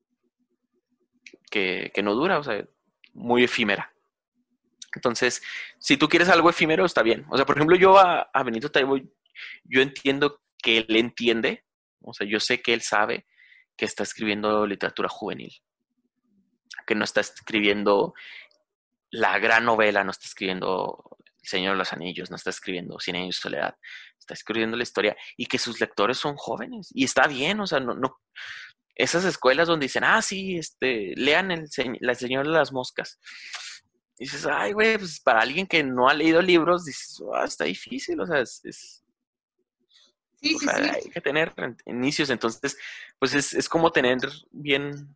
que, que no dura, o sea, muy efímera. Entonces, si tú quieres algo efímero, está bien. O sea, por ejemplo, yo a, a Benito Taibo, yo entiendo que él entiende, o sea, yo sé que él sabe que está escribiendo literatura juvenil, que no está escribiendo la gran novela, no está escribiendo El Señor de los Anillos, no está escribiendo Cien años de soledad, está escribiendo la historia y que sus lectores son jóvenes y está bien, o sea, no, no esas escuelas donde dicen, ah, sí, este, lean el, la Señor de las Moscas. Y dices, ay, güey, pues para alguien que no ha leído libros, dices, ah, está difícil, o sea, es, es Sí, o sí, sea, sí. hay que tener inicios, entonces, pues es, es como tener bien,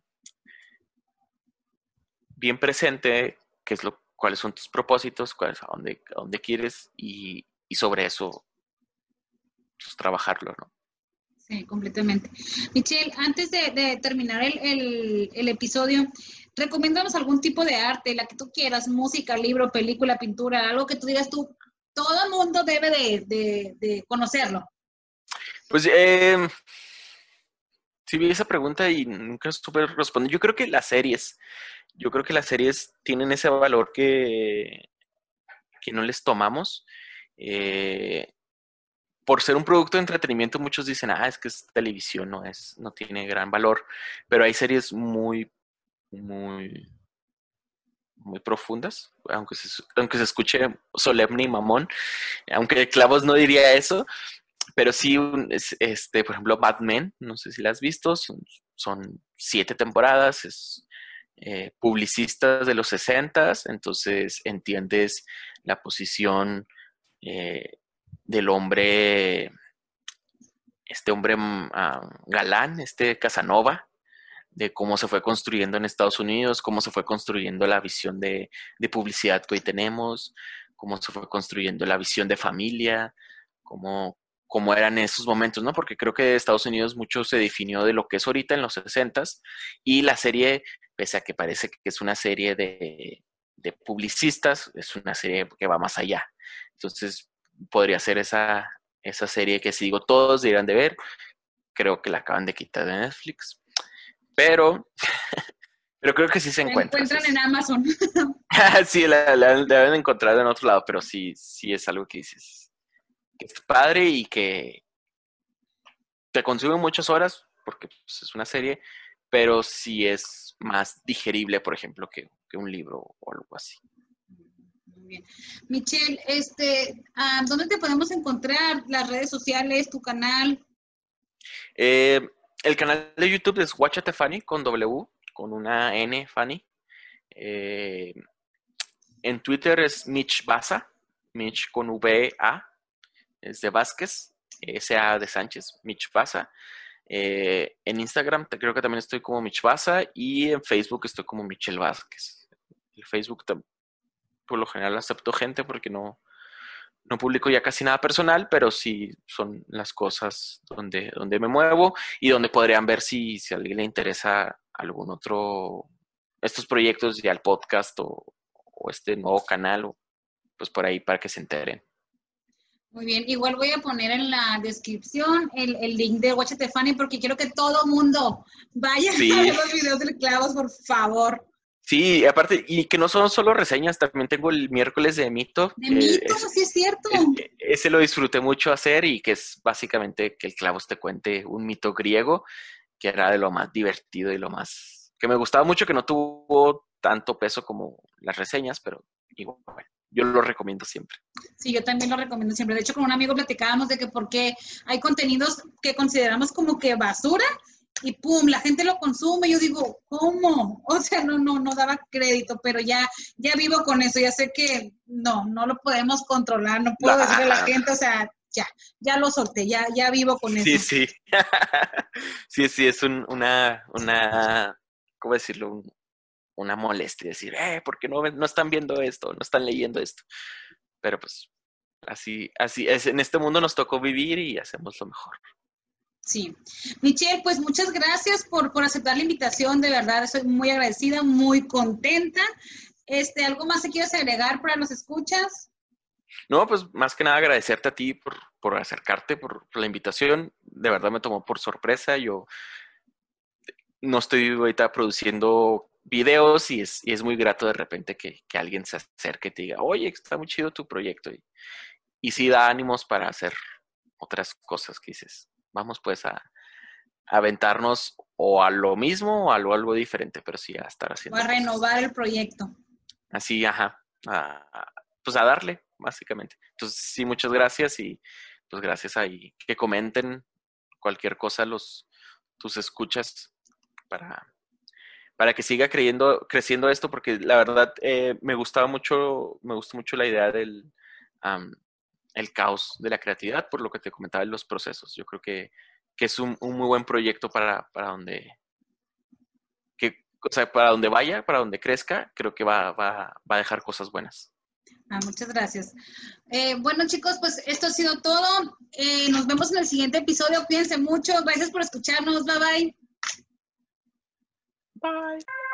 bien presente qué es lo, cuáles son tus propósitos, cuáles, a dónde, a dónde quieres y, y sobre eso pues, trabajarlo, ¿no? Sí, completamente. Michelle, antes de, de terminar el, el, el episodio, recomiéndanos algún tipo de arte, la que tú quieras, música, libro, película, pintura, algo que tú digas tú, todo el mundo debe de, de, de conocerlo. Pues eh, sí vi esa pregunta y nunca supe responder. Yo creo que las series, yo creo que las series tienen ese valor que, que no les tomamos. Eh, por ser un producto de entretenimiento, muchos dicen, ah, es que es televisión, no es, no tiene gran valor. Pero hay series muy, muy, muy profundas, aunque se, aunque se escuche solemne y mamón, aunque Clavos no diría eso, pero sí, este, por ejemplo, Mad Men, no sé si la has visto, son, son siete temporadas, es eh, publicistas de los sesentas, entonces entiendes la posición eh, del hombre, este hombre uh, galán, este Casanova, de cómo se fue construyendo en Estados Unidos, cómo se fue construyendo la visión de, de publicidad que hoy tenemos, cómo se fue construyendo la visión de familia, cómo, cómo eran en esos momentos, ¿no? Porque creo que Estados Unidos mucho se definió de lo que es ahorita en los sesentas y la serie, pese a que parece que es una serie de, de publicistas, es una serie que va más allá. Entonces, podría ser esa, esa serie que si digo todos deberían de ver, creo que la acaban de quitar de Netflix, pero, pero creo que sí se La encuentra. encuentran Sí, en Amazon. sí la, la, la deben encontrar en otro lado, pero sí, sí es algo que dices que es padre y que te consume muchas horas, porque pues, es una serie, pero sí es más digerible, por ejemplo, que, que un libro o algo así. Muy bien. Michelle, este, uh, ¿dónde te podemos encontrar? Las redes sociales, tu canal. Eh, el canal de YouTube es Guáchate Fanny con W, con una N, Fanny. Eh, en Twitter es Mitch Baza, Mitch con V A, es de Vázquez, S A de Sánchez, Mitch Baza. Eh, en Instagram creo que también estoy como Mitch Baza y en Facebook estoy como Michelle Vázquez. El Facebook por lo general acepto gente porque no, no publico ya casi nada personal, pero sí son las cosas donde, donde me muevo y donde podrían ver si, si a alguien le interesa algún otro, estos proyectos ya el podcast o, o este nuevo canal, o, pues por ahí para que se enteren. Muy bien, igual voy a poner en la descripción el, el link de Watch It Fanny porque quiero que todo mundo vaya Sí. a ver los videos del Clavos, por favor. Sí, aparte, y que no son solo reseñas, también tengo el miércoles de mito. De mito, es, sí es cierto. Es, ese lo disfruté mucho hacer y que es básicamente que el Clavos te cuente un mito griego, que era de lo más divertido y lo más... que me gustaba mucho, que no tuvo tanto peso como las reseñas, pero igual, bueno, yo lo recomiendo siempre. Sí, yo también lo recomiendo siempre. De hecho, con un amigo platicábamos de que porque hay contenidos que consideramos como que basura y pum, la gente lo consume. Yo digo, ¿cómo? O sea, no, no, no daba crédito, pero ya, ya vivo con eso. Ya sé que no, no lo podemos controlar, no puedo decirle a la gente, o sea, ya, ya lo solté, ya, ya vivo con eso. Sí, sí. Sí, sí, es un, una, una, ¿cómo decirlo? Un, una molestia decir, eh, ¿por qué no, no están viendo esto? No están leyendo esto. Pero pues, así, así es. En este mundo nos tocó vivir y hacemos lo mejor. Sí. Michelle, pues muchas gracias por, por aceptar la invitación, de verdad, estoy muy agradecida, muy contenta. Este, ¿algo más que quieras agregar para los escuchas? No, pues más que nada agradecerte a ti por, por acercarte, por, por la invitación. De verdad me tomó por sorpresa. Yo no estoy ahorita produciendo videos y es, y es muy grato de repente que, que alguien se acerque y te diga, oye, está muy chido tu proyecto. Y, y sí da ánimos para hacer otras cosas que dices, vamos pues a, a aventarnos o a lo mismo o a lo, algo diferente, pero sí a estar haciendo O a cosas. renovar el proyecto. Así, ajá, a, a, pues a darle, básicamente. Entonces, sí, muchas gracias y pues gracias ahí. Que comenten cualquier cosa los tus escuchas para, para que siga creyendo, creciendo esto, porque la verdad eh, me gustaba mucho, me gustó mucho la idea del um, el caos de la creatividad, por lo que te comentaba en los procesos. Yo creo que, que es un, un muy buen proyecto para, para donde que, o sea, para donde vaya, para donde crezca, creo que va, va, va a dejar cosas buenas. Ah, muchas gracias. Eh, bueno, chicos, pues esto ha sido todo. Eh, nos vemos en el siguiente episodio. Cuídense mucho. Gracias por escucharnos. Bye, bye. Bye.